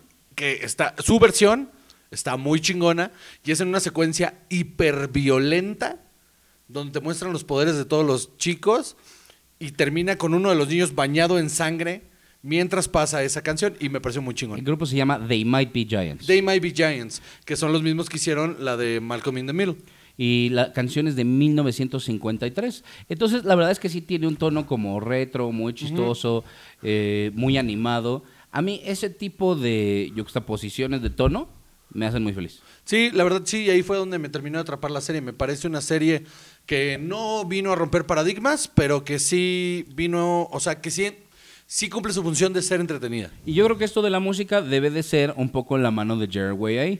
su versión está muy chingona y es en una secuencia hiperviolenta donde te muestran los poderes de todos los chicos y termina con uno de los niños bañado en sangre mientras pasa esa canción y me pareció muy chingón. El grupo se llama They Might Be Giants. They Might Be Giants, que son los mismos que hicieron la de Malcolm in the Middle. Y la canción es de 1953. Entonces, la verdad es que sí tiene un tono como retro, muy chistoso, muy animado. A mí ese tipo de juxtaposiciones de tono me hacen muy feliz. Sí, la verdad sí, y ahí fue donde me terminó de atrapar la serie. Me parece una serie que no vino a romper paradigmas, pero que sí vino, o sea, que sí cumple su función de ser entretenida. Y yo creo que esto de la música debe de ser un poco en la mano de Gerard Way ahí.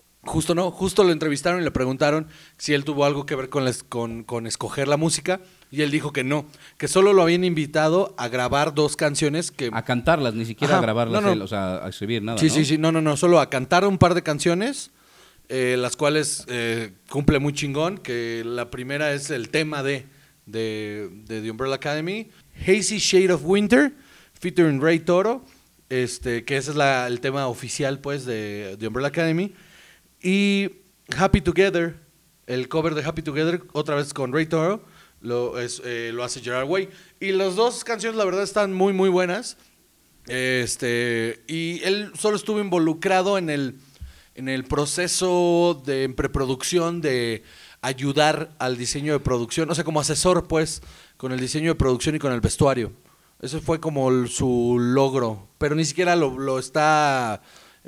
Justo lo entrevistaron y le preguntaron si él tuvo algo que ver con escoger la música y él dijo que no, que solo lo habían invitado a grabar 2 canciones que... A cantarlas, ni siquiera Ajá, a grabarlas no. él, o sea, a escribir nada, Sí, ¿no? no, solo a cantar un par de canciones, las cuales cumple muy chingón, que la primera es el tema de The Umbrella Academy, Hazy Shade of Winter, featuring Ray Toro, que ese es el tema oficial pues de The Umbrella Academy, y Happy Together, el cover de Happy Together, otra vez con Ray Toro, lo hace Gerard Way, y las 2 canciones la verdad están muy muy buenas. Y él solo estuvo involucrado en el proceso de preproducción, de ayudar al diseño de producción, o sea, como asesor, pues, con el diseño de producción y con el vestuario. Eso fue como su logro, pero ni siquiera lo está,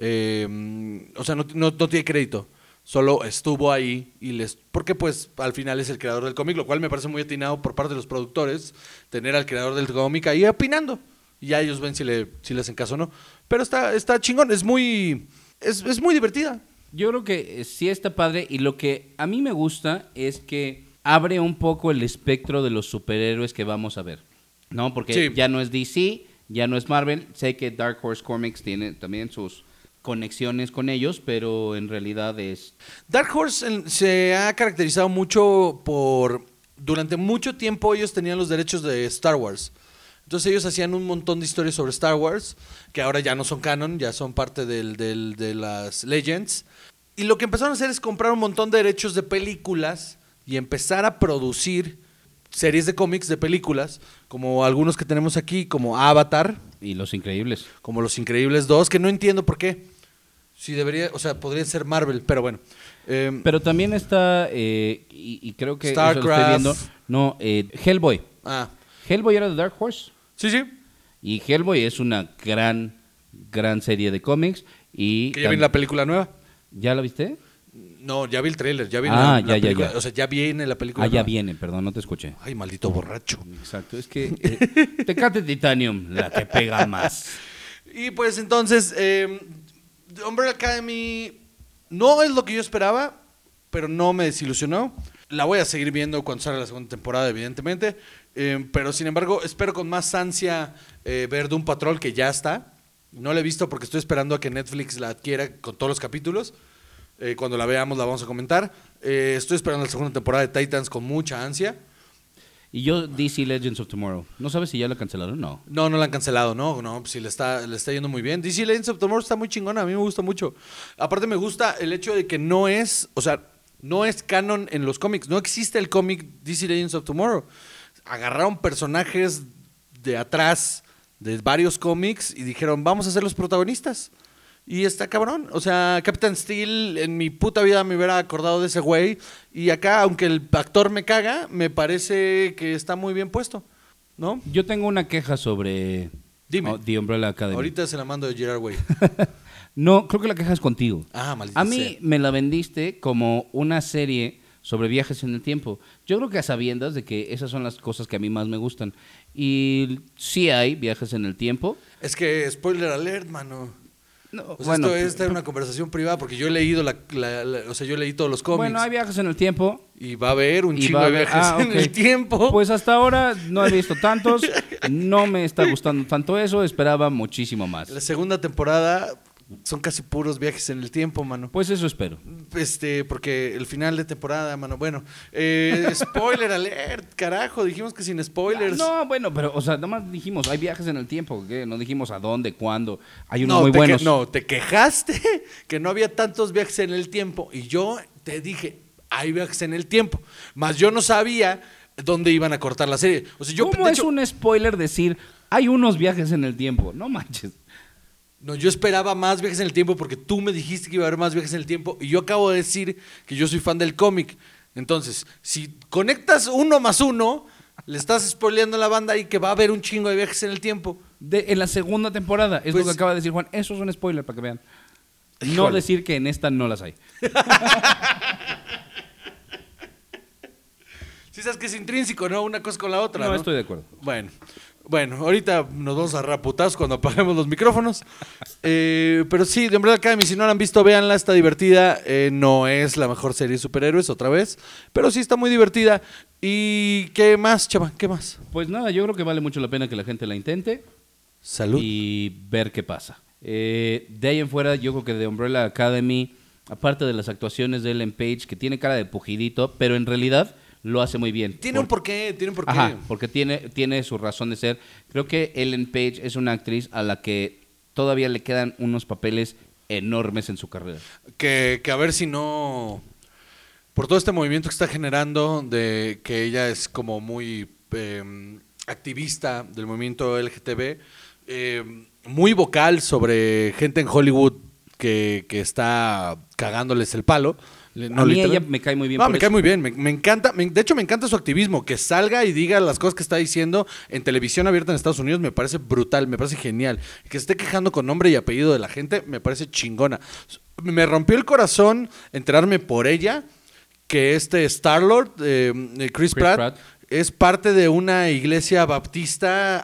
o sea, no tiene crédito. Solo estuvo ahí porque pues al final es el creador del cómic, lo cual me parece muy atinado por parte de los productores, tener al creador del cómic ahí opinando. Y ya ellos ven si le hacen caso o no. Pero está chingón, es muy divertida. Yo creo que sí está padre y lo que a mí me gusta es que abre un poco el espectro de los superhéroes que vamos a ver, ¿no? Porque Sí. ya no es DC, ya no es Marvel. Sé que Dark Horse Comics tiene también sus conexiones con ellos, pero en realidad es... Dark Horse se ha caracterizado mucho durante mucho tiempo ellos tenían los derechos de Star Wars. Entonces ellos hacían un montón de historias sobre Star Wars, que ahora ya no son canon, ya son parte de las Legends. Y lo que empezaron a hacer es comprar un montón de derechos de películas y empezar a producir series de cómics de películas, como algunos que tenemos aquí, como Avatar, Y Los Increíbles. como Los Increíbles 2, que no entiendo por qué. Si debería, o sea, podría ser Marvel, pero bueno. Pero también está, y creo que eso lo estoy StarCraft. viendo, no, Hellboy. Hellboy era de Dark Horse. Sí. Y Hellboy es una gran serie de cómics. Y Que ya viene la película nueva. ¿Ya la viste? No, ya vi el tráiler, ya viene la ya. película. O sea, ya viene la película Ya nueva. viene, perdón, no te escuché. Ay, maldito borracho. Exacto, es que Tecate Titanium, la que pega más. Y pues entonces, The Umbrella Academy no es lo que yo esperaba, pero no me desilusionó. La voy a seguir viendo cuando salga la segunda temporada, evidentemente. Pero sin embargo, espero con más ansia ver Doom Patrol, que ya está. No la he visto porque estoy esperando a que Netflix la adquiera con todos los capítulos. Cuando la veamos la vamos a comentar. Estoy esperando la segunda temporada de Titans con mucha ansia. Y yo, DC Legends of Tomorrow. ¿No sabes si ya la cancelaron? No. No la han cancelado, no, pues sí le está yendo muy bien. DC Legends of Tomorrow está muy chingona, a mí me gusta mucho. Aparte me gusta el hecho de que no es canon en los cómics, no existe el cómic DC Legends of Tomorrow. Agarraron personajes de atrás de varios cómics y dijeron, vamos a ser los protagonistas. Y está cabrón. O sea, Captain Steel, en mi puta vida me hubiera acordado de ese güey. Y acá, aunque el actor me caga, me parece que está muy bien puesto, ¿no? Yo tengo una queja sobre Dime. The Umbrella Academy. Ahorita se la mando de Gerard Way. No, creo que la queja es contigo. Ah, maldita A mí sea. me la vendiste como una serie sobre viajes en el tiempo. Yo creo que a sabiendas de que esas son las cosas que a mí más me gustan. Y sí hay viajes en el tiempo. Es que, spoiler alert, mano. No, O sea, bueno, esta es una conversación privada porque yo he leído o sea, yo leí todos los cómics. bueno, hay viajes en el tiempo. Y va a haber un Y chingo va a de haber- viajes en ok. el tiempo. Pues hasta ahora no he visto tantos. No me está gustando tanto eso. Esperaba muchísimo más. La segunda temporada son casi puros viajes en el tiempo, mano. Pues eso espero. Porque el final de temporada, mano. Bueno, spoiler alert, carajo. Dijimos que sin spoilers. No, bueno, pero, o sea, nada más dijimos, hay viajes en el tiempo. ¿Qué? No dijimos a dónde, cuándo. Hay unos muy buenos. Te quejaste que no había tantos viajes en el tiempo. Y yo te dije, hay viajes en el tiempo. Más yo no sabía dónde iban a cortar la serie. O sea, yo, ¿Cómo de es hecho, un spoiler decir, hay unos viajes en el tiempo? No manches. No, yo esperaba más viajes en el tiempo porque tú me dijiste que iba a haber más viajes en el tiempo y yo acabo de decir que yo soy fan del cómic. Entonces, si conectas 1 más 1, le estás spoileando a la banda y que va a haber un chingo de viajes en el tiempo. En la segunda temporada, es Pues- lo que acaba de decir Juan. Eso es un spoiler para que vean. No Híjole. decir que en esta no las hay. Sí sabes que es intrínseco, ¿no? Una cosa con la otra, No ¿no? estoy de acuerdo. Bueno, ahorita nos vamos a raputazos cuando apaguemos los micrófonos. Pero sí, The Umbrella Academy, si no la han visto, véanla, está divertida. No es la mejor serie de superhéroes, otra vez, pero sí está muy divertida. ¿Y qué más, chava? ¿Qué más? Pues nada, yo creo que vale mucho la pena que la gente la intente Salud. y ver qué pasa. De ahí en fuera, yo creo que The Umbrella Academy, aparte de las actuaciones de Ellen Page, que tiene cara de pujidito, pero en realidad lo hace muy bien. Tiene un porqué, tiene un porqué. Ajá, porque tiene su razón de ser. Creo que Ellen Page es una actriz a la que todavía le quedan unos papeles enormes en su carrera. Que a ver si no... Por todo este movimiento que está generando, de que ella es como muy activista del movimiento LGTB, muy vocal sobre gente en Hollywood que está cagándoles el palo. A mí ella me cae muy bien. No, por me eso. cae muy bien, me encanta, de hecho me encanta su activismo, que salga y diga las cosas que está diciendo en televisión abierta en Estados Unidos, me parece brutal, me parece genial. Que se esté quejando con nombre y apellido de la gente, me parece chingona. Me rompió el corazón enterarme por ella que Star-Lord, Chris Pratt, es parte de una iglesia baptista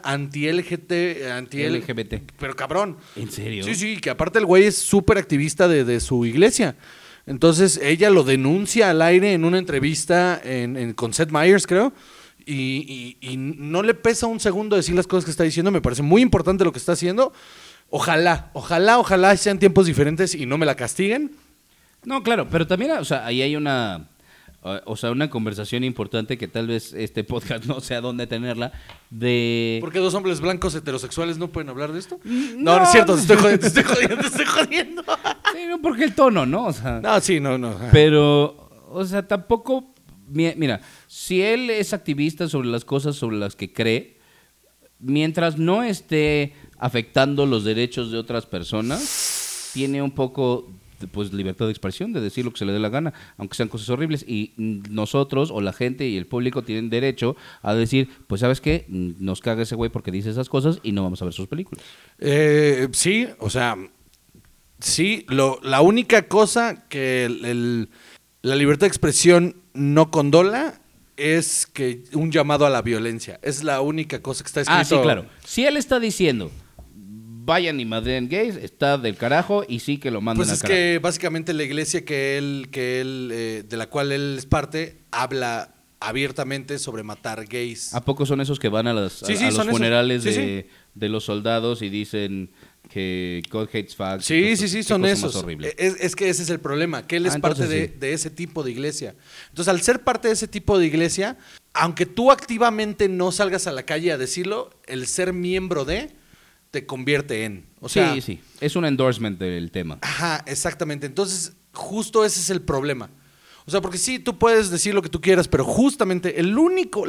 LGBT. Pero cabrón. ¿En serio? Sí, sí, que aparte el güey es súper activista de su iglesia. Entonces ella lo denuncia al aire en una entrevista con Seth Meyers, creo, y no le pesa un segundo decir las cosas que está diciendo. Me parece muy importante lo que está haciendo. Ojalá sean tiempos diferentes y no me la castiguen. No, claro, pero también, o sea, ahí hay una conversación importante que tal vez este podcast no sé a dónde tenerla, de... ¿Por qué 2 hombres blancos heterosexuales no pueden hablar de esto? No, No es cierto, te estoy jodiendo. Sí, no, porque el tono, ¿no? O sea, No, sí, no. pero, o sea, tampoco... Mira, si él es activista sobre las cosas sobre las que cree, mientras no esté afectando los derechos de otras personas, tiene un poco... pues libertad de expresión, de decir lo que se le dé la gana, aunque sean cosas horribles, y nosotros o la gente y el público tienen derecho a decir, pues ¿sabes qué? Nos caga ese güey porque dice esas cosas y no vamos a ver sus películas. Sí, o sea, sí, la única cosa que la libertad de expresión no condola es que un llamado a la violencia. Es la única cosa que está escrito. Ah, sí, claro. Si él está diciendo vayan y madren gays, está del carajo y sí que lo manden Pues al es carajo. que básicamente la iglesia de la cual él es parte, habla abiertamente sobre matar gays. ¿A poco son esos que van a los Sí, a son los esos. funerales Sí, de los soldados y dicen que God hates facts? Sí, son Qué cosa esos. más horrible. Es que ese es el problema, que él es parte entonces sí. de ese tipo de iglesia. Entonces, al ser parte de ese tipo de iglesia, aunque tú activamente no salgas a la calle a decirlo, el ser miembro te convierte en. O sea, sí, es un endorsement del tema. Ajá, exactamente. Entonces, justo ese es el problema. O sea, porque sí, tú puedes decir lo que tú quieras, pero justamente lo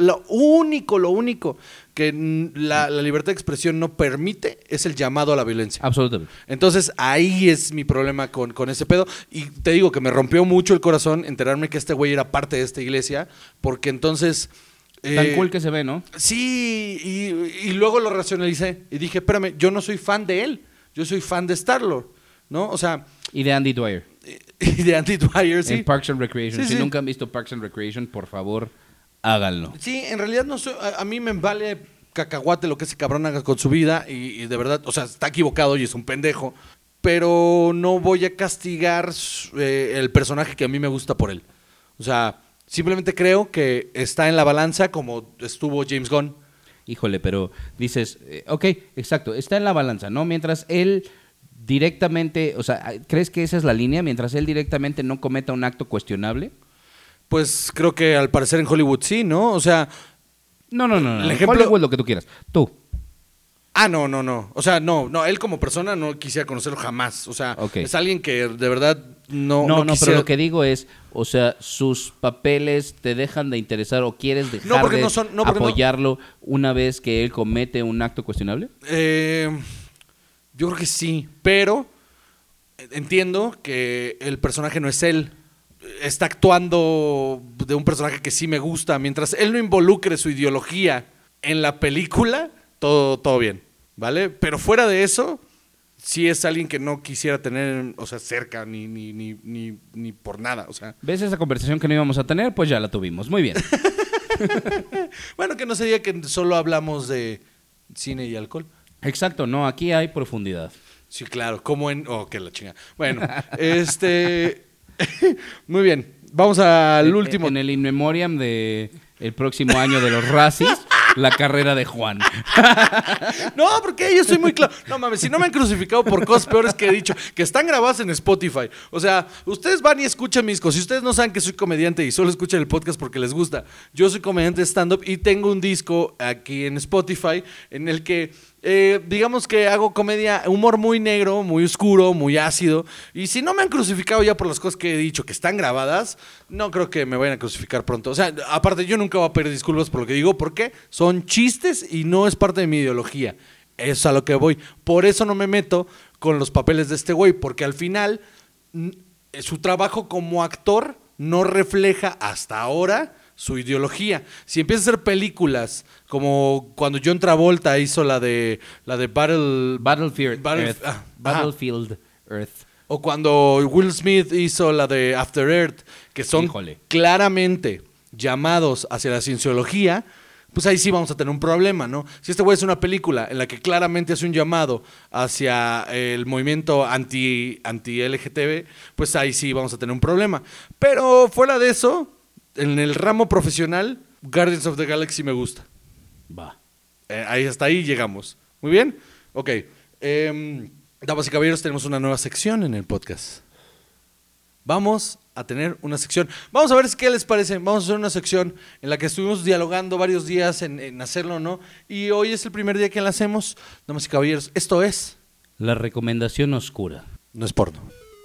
único que la libertad de expresión no permite es el llamado a la violencia. Absolutamente. Entonces, ahí es mi problema con ese pedo. Y te digo que me rompió mucho el corazón enterarme que este güey era parte de esta iglesia, porque entonces... Tan cool que se ve, ¿no? Sí, y luego lo racionalicé y dije, espérame, yo no soy fan de él, yo soy fan de Star-Lord, ¿no? O sea... Y de Andy Dwyer. Y de Andy Dwyer, sí. En Parks and Recreation. Sí, Si sí. nunca han visto Parks and Recreation, por favor, háganlo. Sí, en realidad no soy, a mí me vale cacahuate lo que ese cabrón haga con su vida y de verdad, o sea, está equivocado y es un pendejo, pero no voy a castigar el personaje que a mí me gusta por él. O sea, simplemente creo que está en la balanza como estuvo James Gunn. Híjole, pero dices, ok, exacto, está en la balanza, ¿no? Mientras él directamente, o sea, ¿crees que esa es la línea? Mientras él directamente no cometa un acto cuestionable. Pues creo que al parecer en Hollywood sí, ¿no? O sea... No. El ejemplo- Hollywood, lo que tú quieras. Tú. No. O sea, no, él como persona no quisiera conocerlo jamás. O sea, Ok. es alguien que de verdad no No, quisiera... pero lo que digo es, o sea, sus papeles te dejan de interesar o quieres dejar porque de no son- no, porque no. apoyarlo una vez que él comete un acto cuestionable. Yo creo que sí, pero entiendo que el personaje no es él. Está actuando de un personaje que sí me gusta. Mientras él no involucre su ideología en la película, todo bien, ¿vale? Pero fuera de eso, sí es alguien que no quisiera tener, o sea, cerca ni por nada, o sea. ¿Ves esa conversación que no íbamos a tener? Pues ya la tuvimos. Muy bien. Bueno, que no sería que solo hablamos de cine y alcohol. Exacto, no, aquí hay profundidad. Sí, claro, como en... Oh, que la chinga. Bueno, muy bien, vamos al último. En el in memoriam de el próximo año de los Razzies, la carrera de Juan. No, porque yo soy muy claro. No mames, si no me han crucificado por cosas peores que he dicho, que están grabadas en Spotify. O sea, ustedes van y escuchan mis cosas. Si ustedes no saben que soy comediante y solo escuchan el podcast porque les gusta, yo soy comediante de stand-up y tengo un disco aquí en Spotify en el que digamos que hago comedia, humor muy negro, muy oscuro, muy ácido. Y si no me han crucificado ya por las cosas que he dicho que están grabadas, no creo que me vayan a crucificar pronto. O sea, aparte yo nunca voy a pedir disculpas por lo que digo, porque son chistes y no es parte de mi ideología. Eso es a lo que voy. Por eso no me meto con los papeles de este güey, porque al final su trabajo como actor no refleja hasta ahora su ideología. Si empieza a hacer películas como cuando John Travolta hizo la de Battlefield Earth. ajá. Battlefield Earth. O cuando Will Smith hizo la de After Earth, que son Híjole. claramente llamados hacia la cienciología, pues ahí sí vamos a tener un problema, ¿no? Si este güey es una película en la que claramente hace un llamado hacia el movimiento anti-LGTB, pues ahí sí vamos a tener un problema. Pero fuera de eso, en el ramo profesional, Guardians of the Galaxy me gusta. Va. Ahí hasta ahí llegamos. Muy bien. Ok. Damas y caballeros, tenemos una nueva sección en el podcast. Vamos a tener una sección. Vamos a ver qué les parece. Vamos a hacer una sección en la que estuvimos dialogando varios días en hacerlo, ¿no? Y hoy es el primer día que la hacemos. Damas y caballeros, esto es... La recomendación oscura. No es porno.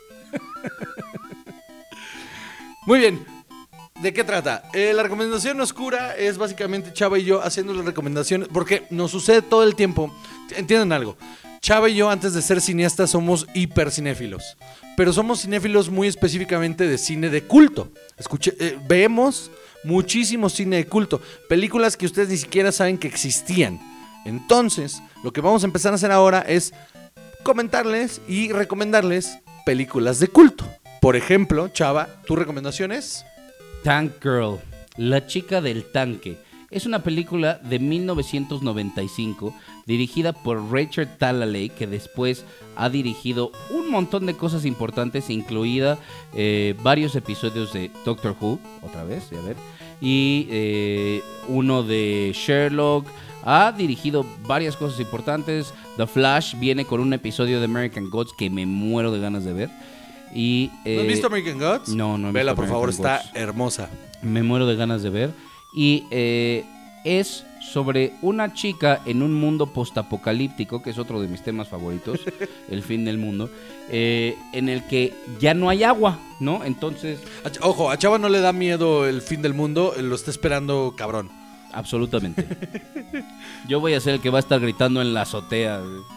Muy bien. ¿De qué trata? La recomendación oscura es básicamente Chava y yo haciendo las recomendaciones, porque nos sucede todo el tiempo. Entiendan algo. Chava y yo, antes de ser cineastas, somos hipercinéfilos. Pero somos cinéfilos muy específicamente de cine de culto. Vemos muchísimo cine de culto. Películas que ustedes ni siquiera saben que existían. Entonces, lo que vamos a empezar a hacer ahora es comentarles y recomendarles películas de culto. Por ejemplo, Chava, ¿tu recomendación es? Tank Girl, la chica del tanque. Es una película de 1995 dirigida por Richard Talalay, que después ha dirigido un montón de cosas importantes, incluida varios episodios de Doctor Who, otra vez, a ver, y uno de Sherlock. Ha dirigido varias cosas importantes. The Flash viene con un episodio de American Gods que me muero de ganas de ver. Y, ¿No has visto American Gods? No, no he Vela, visto por favor, American está Gods. hermosa. Me muero de ganas de ver. Y es sobre una chica en un mundo postapocalíptico, que es otro de mis temas favoritos, el fin del mundo, en el que ya no hay agua, ¿no? Entonces... Ojo, a Chava no le da miedo el fin del mundo, lo está esperando cabrón. Absolutamente. Yo voy a ser el que va a estar gritando en la azotea.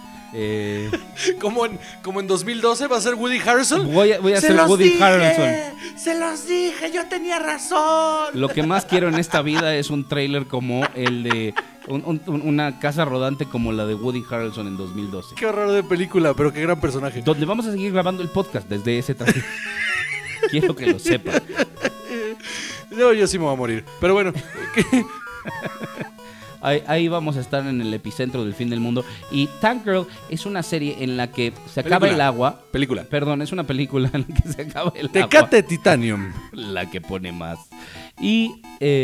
Como en 2012 va a ser Woody Harrelson. Voy a ser Woody Harrelson. Se los dije, yo tenía razón. Lo que más quiero en esta vida es un tráiler como el de una casa rodante como la de Woody Harrelson en 2012. Qué horror de película, pero qué gran personaje. Donde vamos a seguir grabando el podcast desde ese tráiler. Quiero que lo sepan. Yo sí me voy a morir. Pero bueno. Ahí vamos a estar en el epicentro del fin del mundo. Y Tank Girl es una serie en la que se acaba el agua. Película. Perdón, es una película en la que se acaba el agua. Tecate Titanium. La que pone más. Y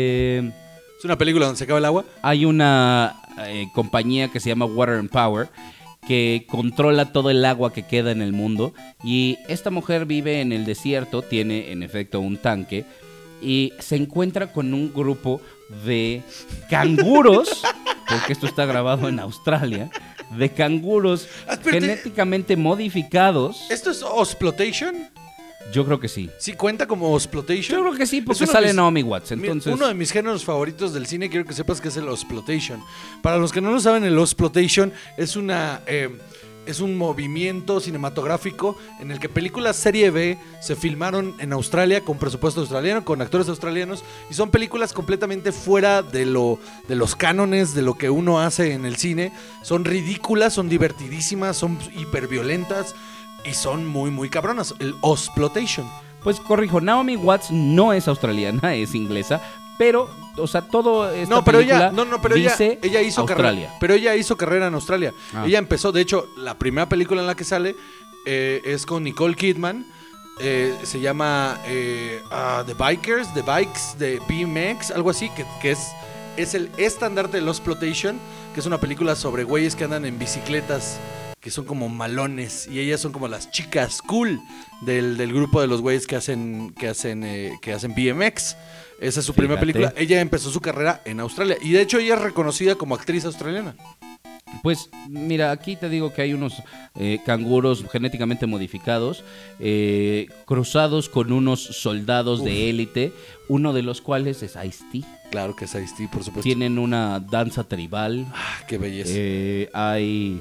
es una película donde se acaba el agua. hay una compañía que se llama Water and Power que controla todo el agua que queda en el mundo. Y esta mujer vive en el desierto, tiene en efecto un tanque. Y se encuentra con un grupo de canguros, porque esto está grabado en Australia, de canguros genéticamente modificados. ¿Esto es Osploitation? Yo creo que sí. ¿Sí cuenta como Osploitation? Yo creo que sí, porque Es uno de sale mis- Naomi Watts. Entonces, Uno de mis géneros favoritos del cine, quiero que sepas que es el Osploitation. Para los que no lo saben, el Osploitation es es un movimiento cinematográfico en el que películas serie B se filmaron en Australia con presupuesto australiano, con actores australianos, y son películas completamente fuera de los cánones de lo que uno hace en el cine. Son ridículas, son divertidísimas, son hiperviolentas y son muy, muy cabronas. El Osploitation. pues corrijo, Naomi Watts no es australiana, es inglesa, pero, o sea, todo esta No, pero película pero dice ella hizo Australia. carrera. Pero ella hizo carrera en Australia. Ah. Ella empezó, de hecho, la primera película en la que sale es con Nicole Kidman. Se llama The Bikers, The Bikes, de BMX, algo así, que es el estandarte de Osploitation, que es una película sobre güeyes que andan en bicicletas, que son como malones, y ellas son como las chicas cool del grupo de los güeyes que hacen BMX. Esa es su primera Fíjate. película. Ella empezó su carrera en Australia, y de hecho ella es reconocida como actriz australiana. Pues mira, aquí te digo que hay unos canguros genéticamente modificados, cruzados con unos soldados de élite, uno de los cuales es Ice-T. Claro que es Ice-T, por supuesto. Tienen una danza tribal, Qué belleza. hay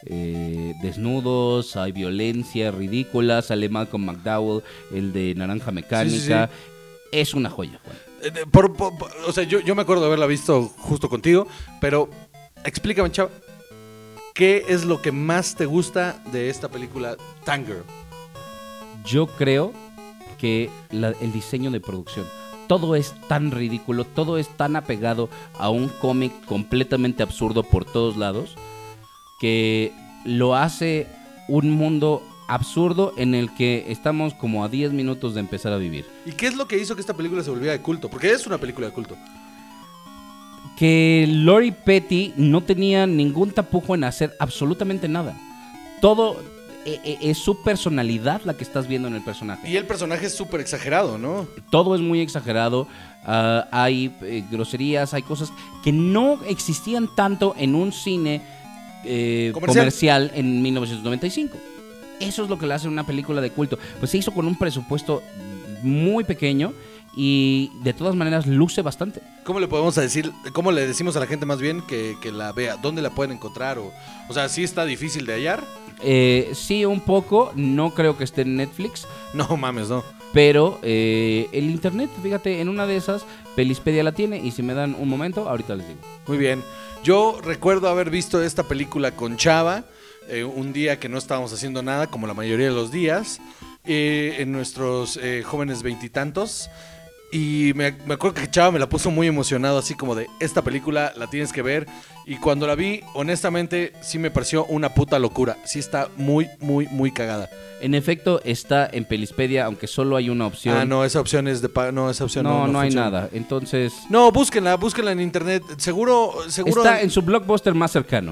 desnudos, hay violencia ridícula, sale Malcolm McDowell, el de Naranja Mecánica. Sí. Es una joya, Juan. O sea, yo me acuerdo de haberla visto justo contigo, pero explícame, chava, ¿qué es lo que más te gusta de esta película Tank Girl? Yo creo que el diseño de producción, todo es tan ridículo, todo es tan apegado a un cómic completamente absurdo por todos lados, que lo hace un mundo absurdo en el que estamos como a 10 minutos de empezar a vivir. ¿Y qué es lo que hizo que esta película se volviera de culto? Porque es una película de culto. Que Lori Petty no tenía ningún tapujo en hacer absolutamente nada. Todo es su personalidad la que estás viendo en el personaje. Y el personaje es súper exagerado, ¿no? Todo es muy exagerado. Hay groserías, hay cosas que no existían tanto en un cine comercial en 1995. Eso es lo que le hace una película de culto. Pues se hizo con un presupuesto muy pequeño y de todas maneras luce bastante. ¿Cómo le podemos decir, cómo le decimos a la gente más bien que la vea? ¿Dónde la pueden encontrar? O sea, ¿sí está difícil de hallar? Sí, un poco. No creo que esté en Netflix. No mames, no. Pero el internet, fíjate, en una de esas, Pelispedia la tiene. Y si me dan un momento, ahorita les digo. Muy bien. Yo recuerdo haber visto esta película con Chava, un día que no estábamos haciendo nada, como la mayoría de los días, en nuestros jóvenes veintitantos. Y me acuerdo que Chava me la puso muy emocionado, así como de, esta película la tienes que ver. Y cuando la vi, honestamente, sí me pareció una puta locura. Sí está muy, muy, muy cagada. En efecto, está en Pelispedia, aunque solo hay una opción. Ah, no, esa opción es de pago. No, esa opción No hay funciona. nada. Entonces, No, búsquenla en internet. Seguro. está en su Blockbuster más cercano.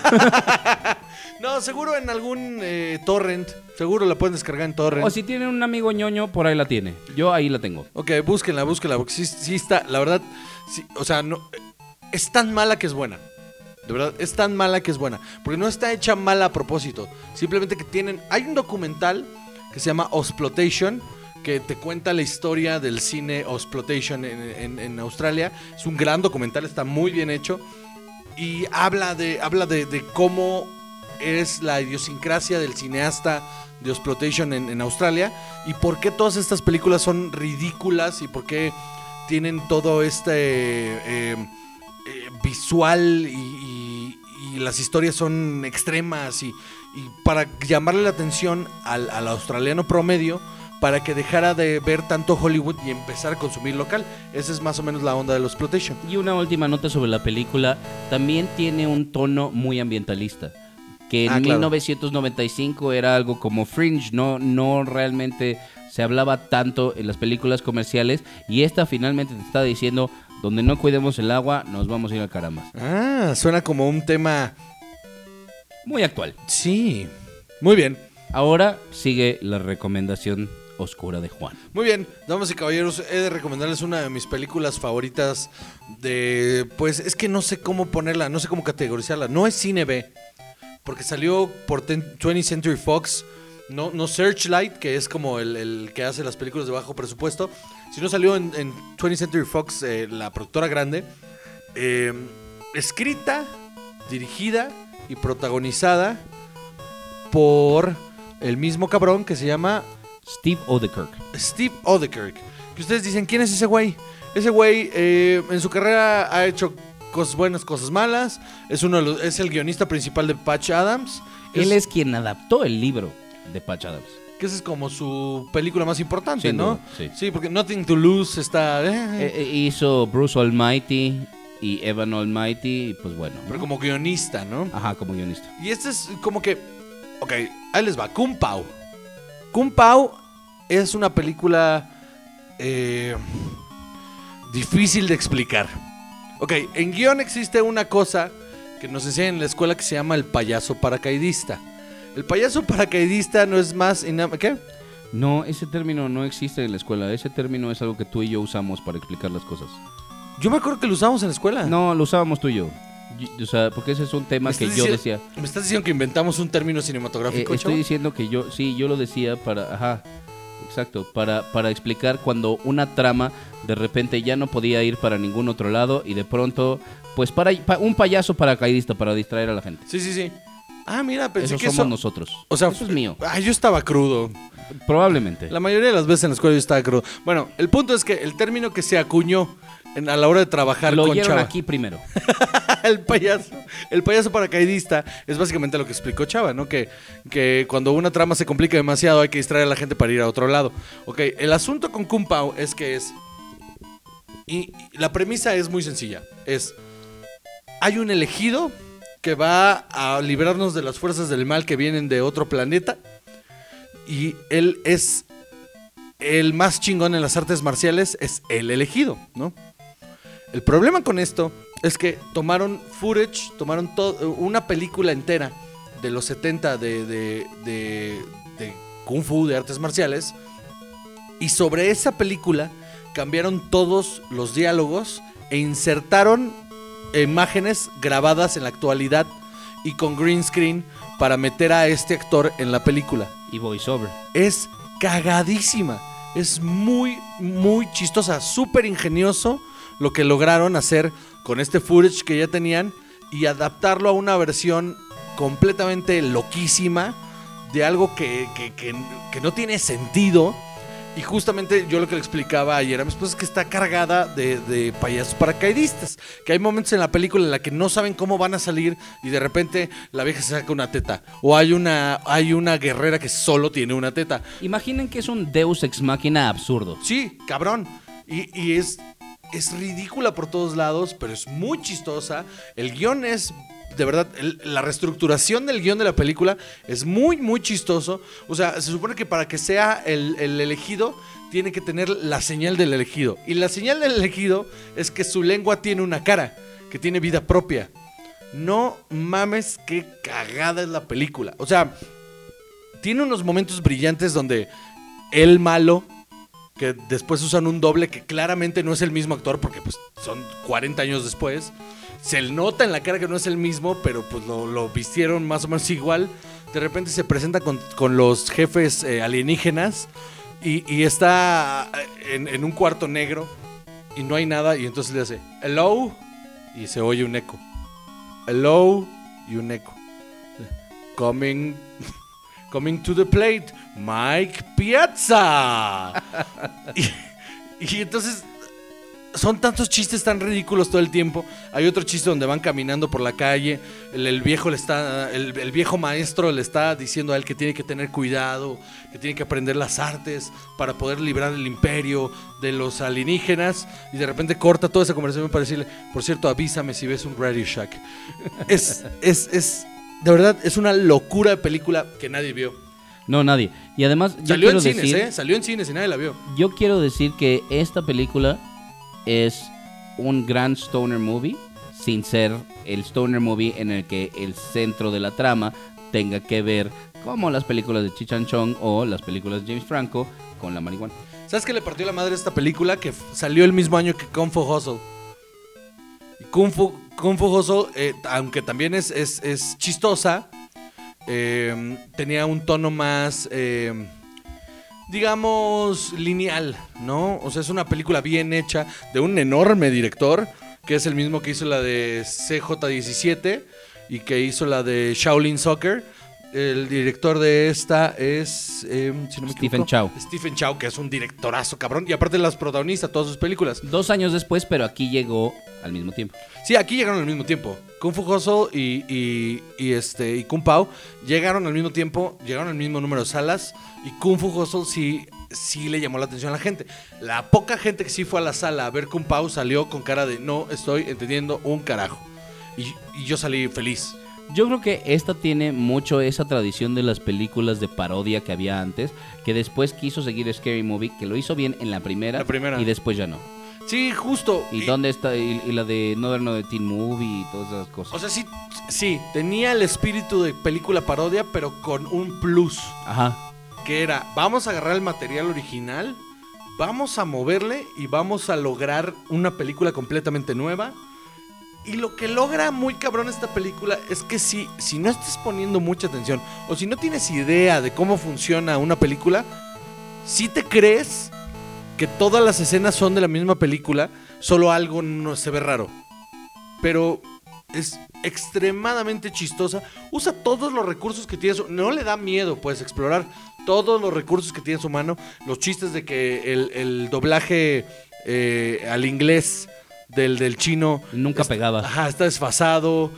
No, seguro en algún torrent. Seguro la pueden descargar en torrent. O si tienen un amigo ñoño, por ahí la tiene. Yo ahí la tengo. Ok, búsquenla, porque sí está, la verdad, sí, o sea, no, es tan mala que es buena. De verdad, es tan mala que es buena. Porque no está hecha mala a propósito. Simplemente que tienen... Hay un documental que se llama Ozploitation, que te cuenta la historia del cine Ozploitation en Australia. Es un gran documental, está muy bien hecho. Y habla de cómo es la idiosincrasia del cineasta de Ozploitation en Australia. Y por qué todas estas películas son ridículas y por qué tienen todo este... visual y las historias son extremas y para llamarle la atención al australiano promedio para que dejara de ver tanto Hollywood y empezar a consumir local. Esa es más o menos la onda de los Exploitation. Y una última nota sobre la película, también tiene un tono muy ambientalista, que en 1995 era algo como Fringe, no realmente se hablaba tanto en las películas comerciales, y esta finalmente te está diciendo, donde no cuidemos el agua, nos vamos a ir al caramba. Ah, suena como un tema... muy actual. Sí, muy bien. Ahora sigue la recomendación oscura de Juan. Muy bien, damas y caballeros, he de recomendarles una de mis películas favoritas de... Pues es que no sé cómo ponerla, no sé cómo categorizarla. No es cine B, porque salió por 20th Century Fox, no Searchlight, que es como el que hace las películas de bajo presupuesto, sino salió en 20th Century Fox, la productora grande, escrita, dirigida y protagonizada por el mismo cabrón que se llama Steve Odekirk. Steve Odekirk. Que ustedes dicen, ¿quién es ese güey? Ese güey en su carrera ha hecho cosas buenas, cosas malas. Es el guionista principal de Patch Adams. Él es quien adaptó el libro de Patch Adams. Que esa es como su película más importante, Sin ¿no? duda, sí. Sí, porque Nothing to Lose está... Hizo Bruce Almighty y Evan Almighty, y pues bueno. Pero como guionista, ¿no? Ajá, como guionista. Y este es como que... Ok, ahí les va. Kung Pao. Kung Pao es una película difícil de explicar. Ok, en guión existe una cosa que nos enseñan en la escuela que se llama el payaso paracaidista. El payaso paracaidista no es más... ¿Qué? No, ese término no existe en la escuela. Ese término es algo que tú y yo usamos para explicar las cosas. Yo me acuerdo que lo usamos en la escuela. No, lo usábamos tú y yo. O sea, porque ese es un tema que yo decía. ¿Me estás diciendo que inventamos un término cinematográfico, Estoy chavo? diciendo que yo lo decía para... Ajá, exacto. Para explicar cuando una trama de repente ya no podía ir para ningún otro lado y de pronto, pues un payaso paracaidista para distraer a la gente. Sí. Ah, mira, pensé Eso que somos nosotros. O sea, eso es mío. Ah, yo estaba crudo. Probablemente. La mayoría de las veces en la escuela yo estaba crudo. Bueno, el punto es que el término que se acuñó a la hora de trabajar Lo con oyeron Chava, aquí primero. el payaso paracaidista es básicamente lo que explicó Chava, ¿no? Que cuando una trama se complica demasiado hay que distraer a la gente para ir a otro lado. Ok, el asunto con Kung Pao es que y la premisa es muy sencilla. Hay un elegido que va a librarnos de las fuerzas del mal que vienen de otro planeta. Y él es el más chingón en las artes marciales, es el elegido, ¿no? El problema con esto es que tomaron una película entera de los 70 de Kung Fu, de artes marciales, y sobre esa película cambiaron todos los diálogos e insertaron imágenes grabadas en la actualidad y con green screen para meter a este actor en la película. Y voiceover. Es cagadísima. Es muy, muy chistosa. Súper ingenioso lo que lograron hacer con este footage que ya tenían y adaptarlo a una versión completamente loquísima de algo que no tiene sentido. Y justamente yo lo que le explicaba ayer a mi esposa es que está cargada de payasos paracaidistas. Que hay momentos en la película en la que no saben cómo van a salir y de repente la vieja se saca una teta. O hay una guerrera que solo tiene una teta. Imaginen que es un Deus Ex Machina absurdo. Sí, cabrón. Y es ridícula por todos lados, pero es muy chistosa. El guión es... De verdad, la reestructuración del guión de la película es muy, muy chistoso. O sea, se supone que para que sea el elegido, tiene que tener la señal del elegido. Y la señal del elegido es que su lengua tiene una cara, que tiene vida propia. No mames, qué cagada es la película. O sea, tiene unos momentos brillantes donde el malo que después usan un doble que claramente no es el mismo actor porque pues son 40 años después. Se nota en la cara que no es el mismo, pero pues lo vistieron más o menos igual. De repente se presenta con los jefes alienígenas y está en un cuarto negro y no hay nada y entonces le hace hello y se oye un eco. Hello y un eco. Coming to the plate, Mike Piazza. y entonces son tantos chistes tan ridículos todo el tiempo. Hay otro chiste donde van caminando por la calle. El viejo maestro le está diciendo a él que tiene que tener cuidado, que tiene que aprender las artes para poder librar el imperio de los alienígenas. Y de repente corta toda esa conversación para decirle, por cierto, avísame si ves un Radio Shack. De verdad, es una locura de película que nadie vio. No, nadie. Y además, salió en cines, salió en cines y nadie la vio. Yo quiero decir que esta película es un gran stoner movie, sin ser el stoner movie en el que el centro de la trama tenga que ver como las películas de Cheech and Chong o las películas de James Franco con la marihuana. ¿Sabes qué le partió la madre a esta película? Que salió el mismo año que Kung Fu Hustle. Y Kung Fu Hustle, aunque también es chistosa, tenía un tono más, digamos, lineal, ¿no? O sea, es una película bien hecha de un enorme director, que es el mismo que hizo la de CJ17 y que hizo la de Shaolin Soccer. El director de esta es si no me Stephen equivoco, Chow. Stephen Chow, que es un directorazo, cabrón. Y aparte las protagoniza todas sus películas. 2 años después, pero aquí llegó al mismo tiempo. Sí, aquí llegaron al mismo tiempo. Kung Fu Hustle y Kung Pao llegaron al mismo tiempo, llegaron al mismo número de salas. Y Kung Fu Hustle sí le llamó la atención a la gente. La poca gente que sí fue a la sala a ver Kung Pao salió con cara de no estoy entendiendo un carajo. Y yo salí feliz. Yo creo que esta tiene mucho esa tradición de las películas de parodia que había antes, que después quiso seguir Scary Movie, que lo hizo bien en la primera. Y después ya no. Sí, justo. ¿Y dónde está? Y la de No de Teen Movie y todas esas cosas. O sea, sí, tenía el espíritu de película parodia, pero con un plus. Ajá. Que era, vamos a agarrar el material original, vamos a moverle y vamos a lograr una película completamente nueva. Y lo que logra muy cabrón esta película es que si no estás poniendo mucha atención o si no tienes idea de cómo funciona una película, sí te crees que todas las escenas son de la misma película, solo algo no se ve raro. Pero es extremadamente chistosa, usa todos los recursos que tiene, no le da miedo, puedes explorar todos los recursos que tiene en su mano, los chistes de que el doblaje al inglés del chino nunca pegaba. Ajá, está desfasado.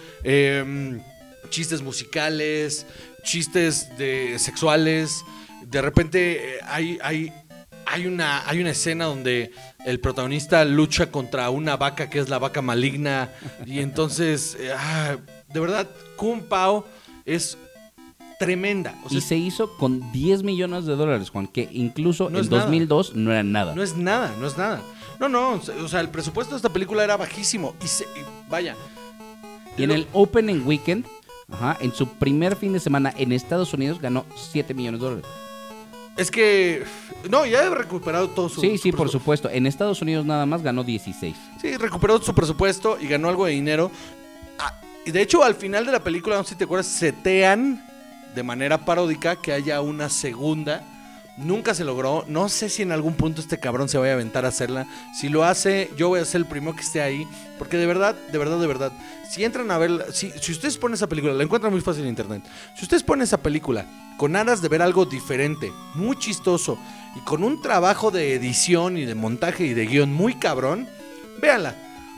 Chistes musicales, chistes sexuales. De repente hay una escena donde el protagonista lucha contra una vaca que es la vaca maligna. Y entonces, de verdad, Kung Pao es tremenda. O sea, y se hizo con $10 millones, Juan, que incluso en 2002 no era nada. No es nada. No, o sea, el presupuesto de esta película era bajísimo. Vaya. Y en el Opening Weekend, en su primer fin de semana en Estados Unidos ganó $7 millones. Es que, no, ya he recuperado todo su... Sí, por supuesto. En Estados Unidos nada más ganó 16. Sí, recuperó su presupuesto y ganó algo de dinero. Y de hecho, al final de la película, no sé si te acuerdas, setean de manera paródica que haya una segunda. Nunca se logró. No sé si en algún punto este cabrón se vaya a aventar a hacerla. Si lo hace, yo voy a ser el primero que esté ahí. Porque de verdad, si entran a verla, si ustedes ponen esa película, la encuentran muy fácil en internet. Si ustedes ponen esa película con aras de ver algo diferente, muy chistoso, y con un trabajo de edición y de montaje y de guión muy cabrón, véanla.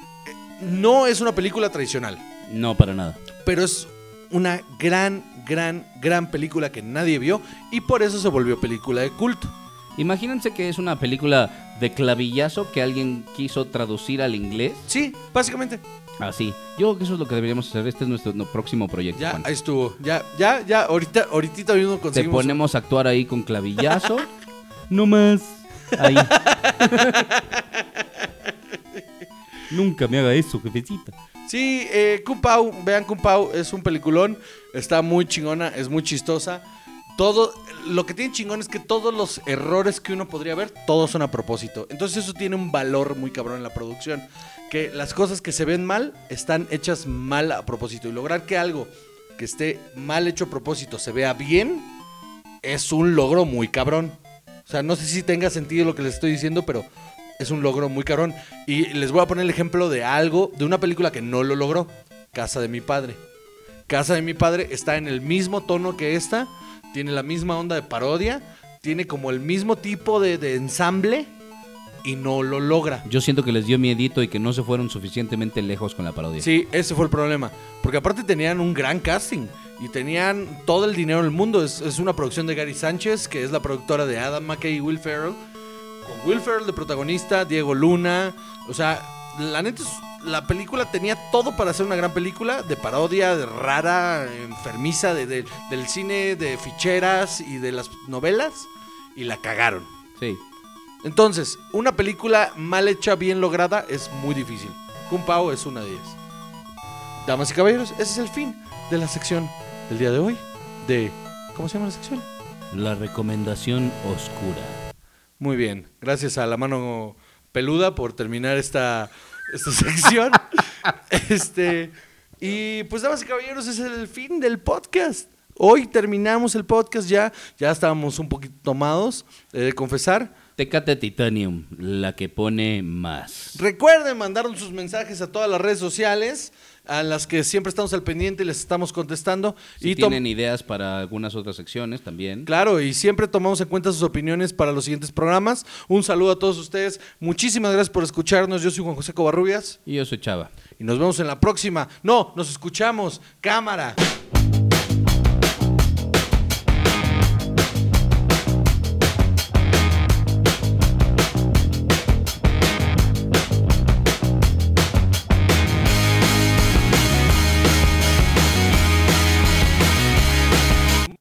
No es una película tradicional. No, para nada. Pero es una gran película que nadie vio y por eso se volvió película de culto. Imagínense que es una película de clavillazo que alguien quiso traducir al inglés. Sí, básicamente. Así. Yo creo que eso es lo que deberíamos hacer. Este es nuestro próximo proyecto, Ya, Juan. ahí estuvo. Ya, ahorita mismo conseguimos. Te ponemos a actuar ahí con clavillazo. No más. Ahí. Nunca me haga eso, jefecita. Sí, Kung Pao, vean Kung Pao, es un peliculón, está muy chingona, es muy chistosa. Todo, lo que tiene chingón es que todos los errores que uno podría ver, todos son a propósito. Entonces eso tiene un valor muy cabrón en la producción. Que las cosas que se ven mal están hechas mal a propósito. Y lograr que algo que esté mal hecho a propósito se vea bien, es un logro muy cabrón. O sea, no sé si tenga sentido lo que les estoy diciendo, pero es un logro muy cabrón. Y les voy a poner el ejemplo de algo, de una película que no lo logró. Casa de mi padre. Casa de mi padre está en el mismo tono que esta, tiene la misma onda de parodia, tiene como el mismo tipo de ensamble y no lo logra. Yo siento que les dio miedito y que no se fueron suficientemente lejos con la parodia. Sí, ese fue el problema. Porque aparte tenían un gran casting y tenían todo el dinero del mundo. Es una producción de Gary Sánchez, que es la productora de Adam McKay y Will Ferrell. Con Will Ferrell de protagonista, Diego Luna. O sea, la neta, la película tenía todo para ser una gran película. De parodia, de rara, enfermiza, del cine, de ficheras y de las novelas. Y la cagaron. Sí. Entonces, una película mal hecha, bien lograda, es muy difícil. Kung Pao es una de ellas. Damas y caballeros, ese es el fin de la sección del día de hoy. ¿Cómo se llama la sección? La recomendación oscura. Muy bien, gracias a la mano peluda por terminar esta sección. Y pues, damas y caballeros, ese es el fin del podcast. Hoy terminamos el podcast ya estábamos un poquito tomados, he de confesar. Tecate Titanium, la que pone más. Recuerden mandarnos sus mensajes a todas las redes sociales, a las que siempre estamos al pendiente y les estamos contestando. Si y tienen ideas para algunas otras secciones también. Claro, y siempre tomamos en cuenta sus opiniones para los siguientes programas. Un saludo a todos ustedes. Muchísimas gracias por escucharnos. Yo soy Juan José Covarrubias. Y yo soy Chava. Y nos vemos en la próxima. No, nos escuchamos. Cámara.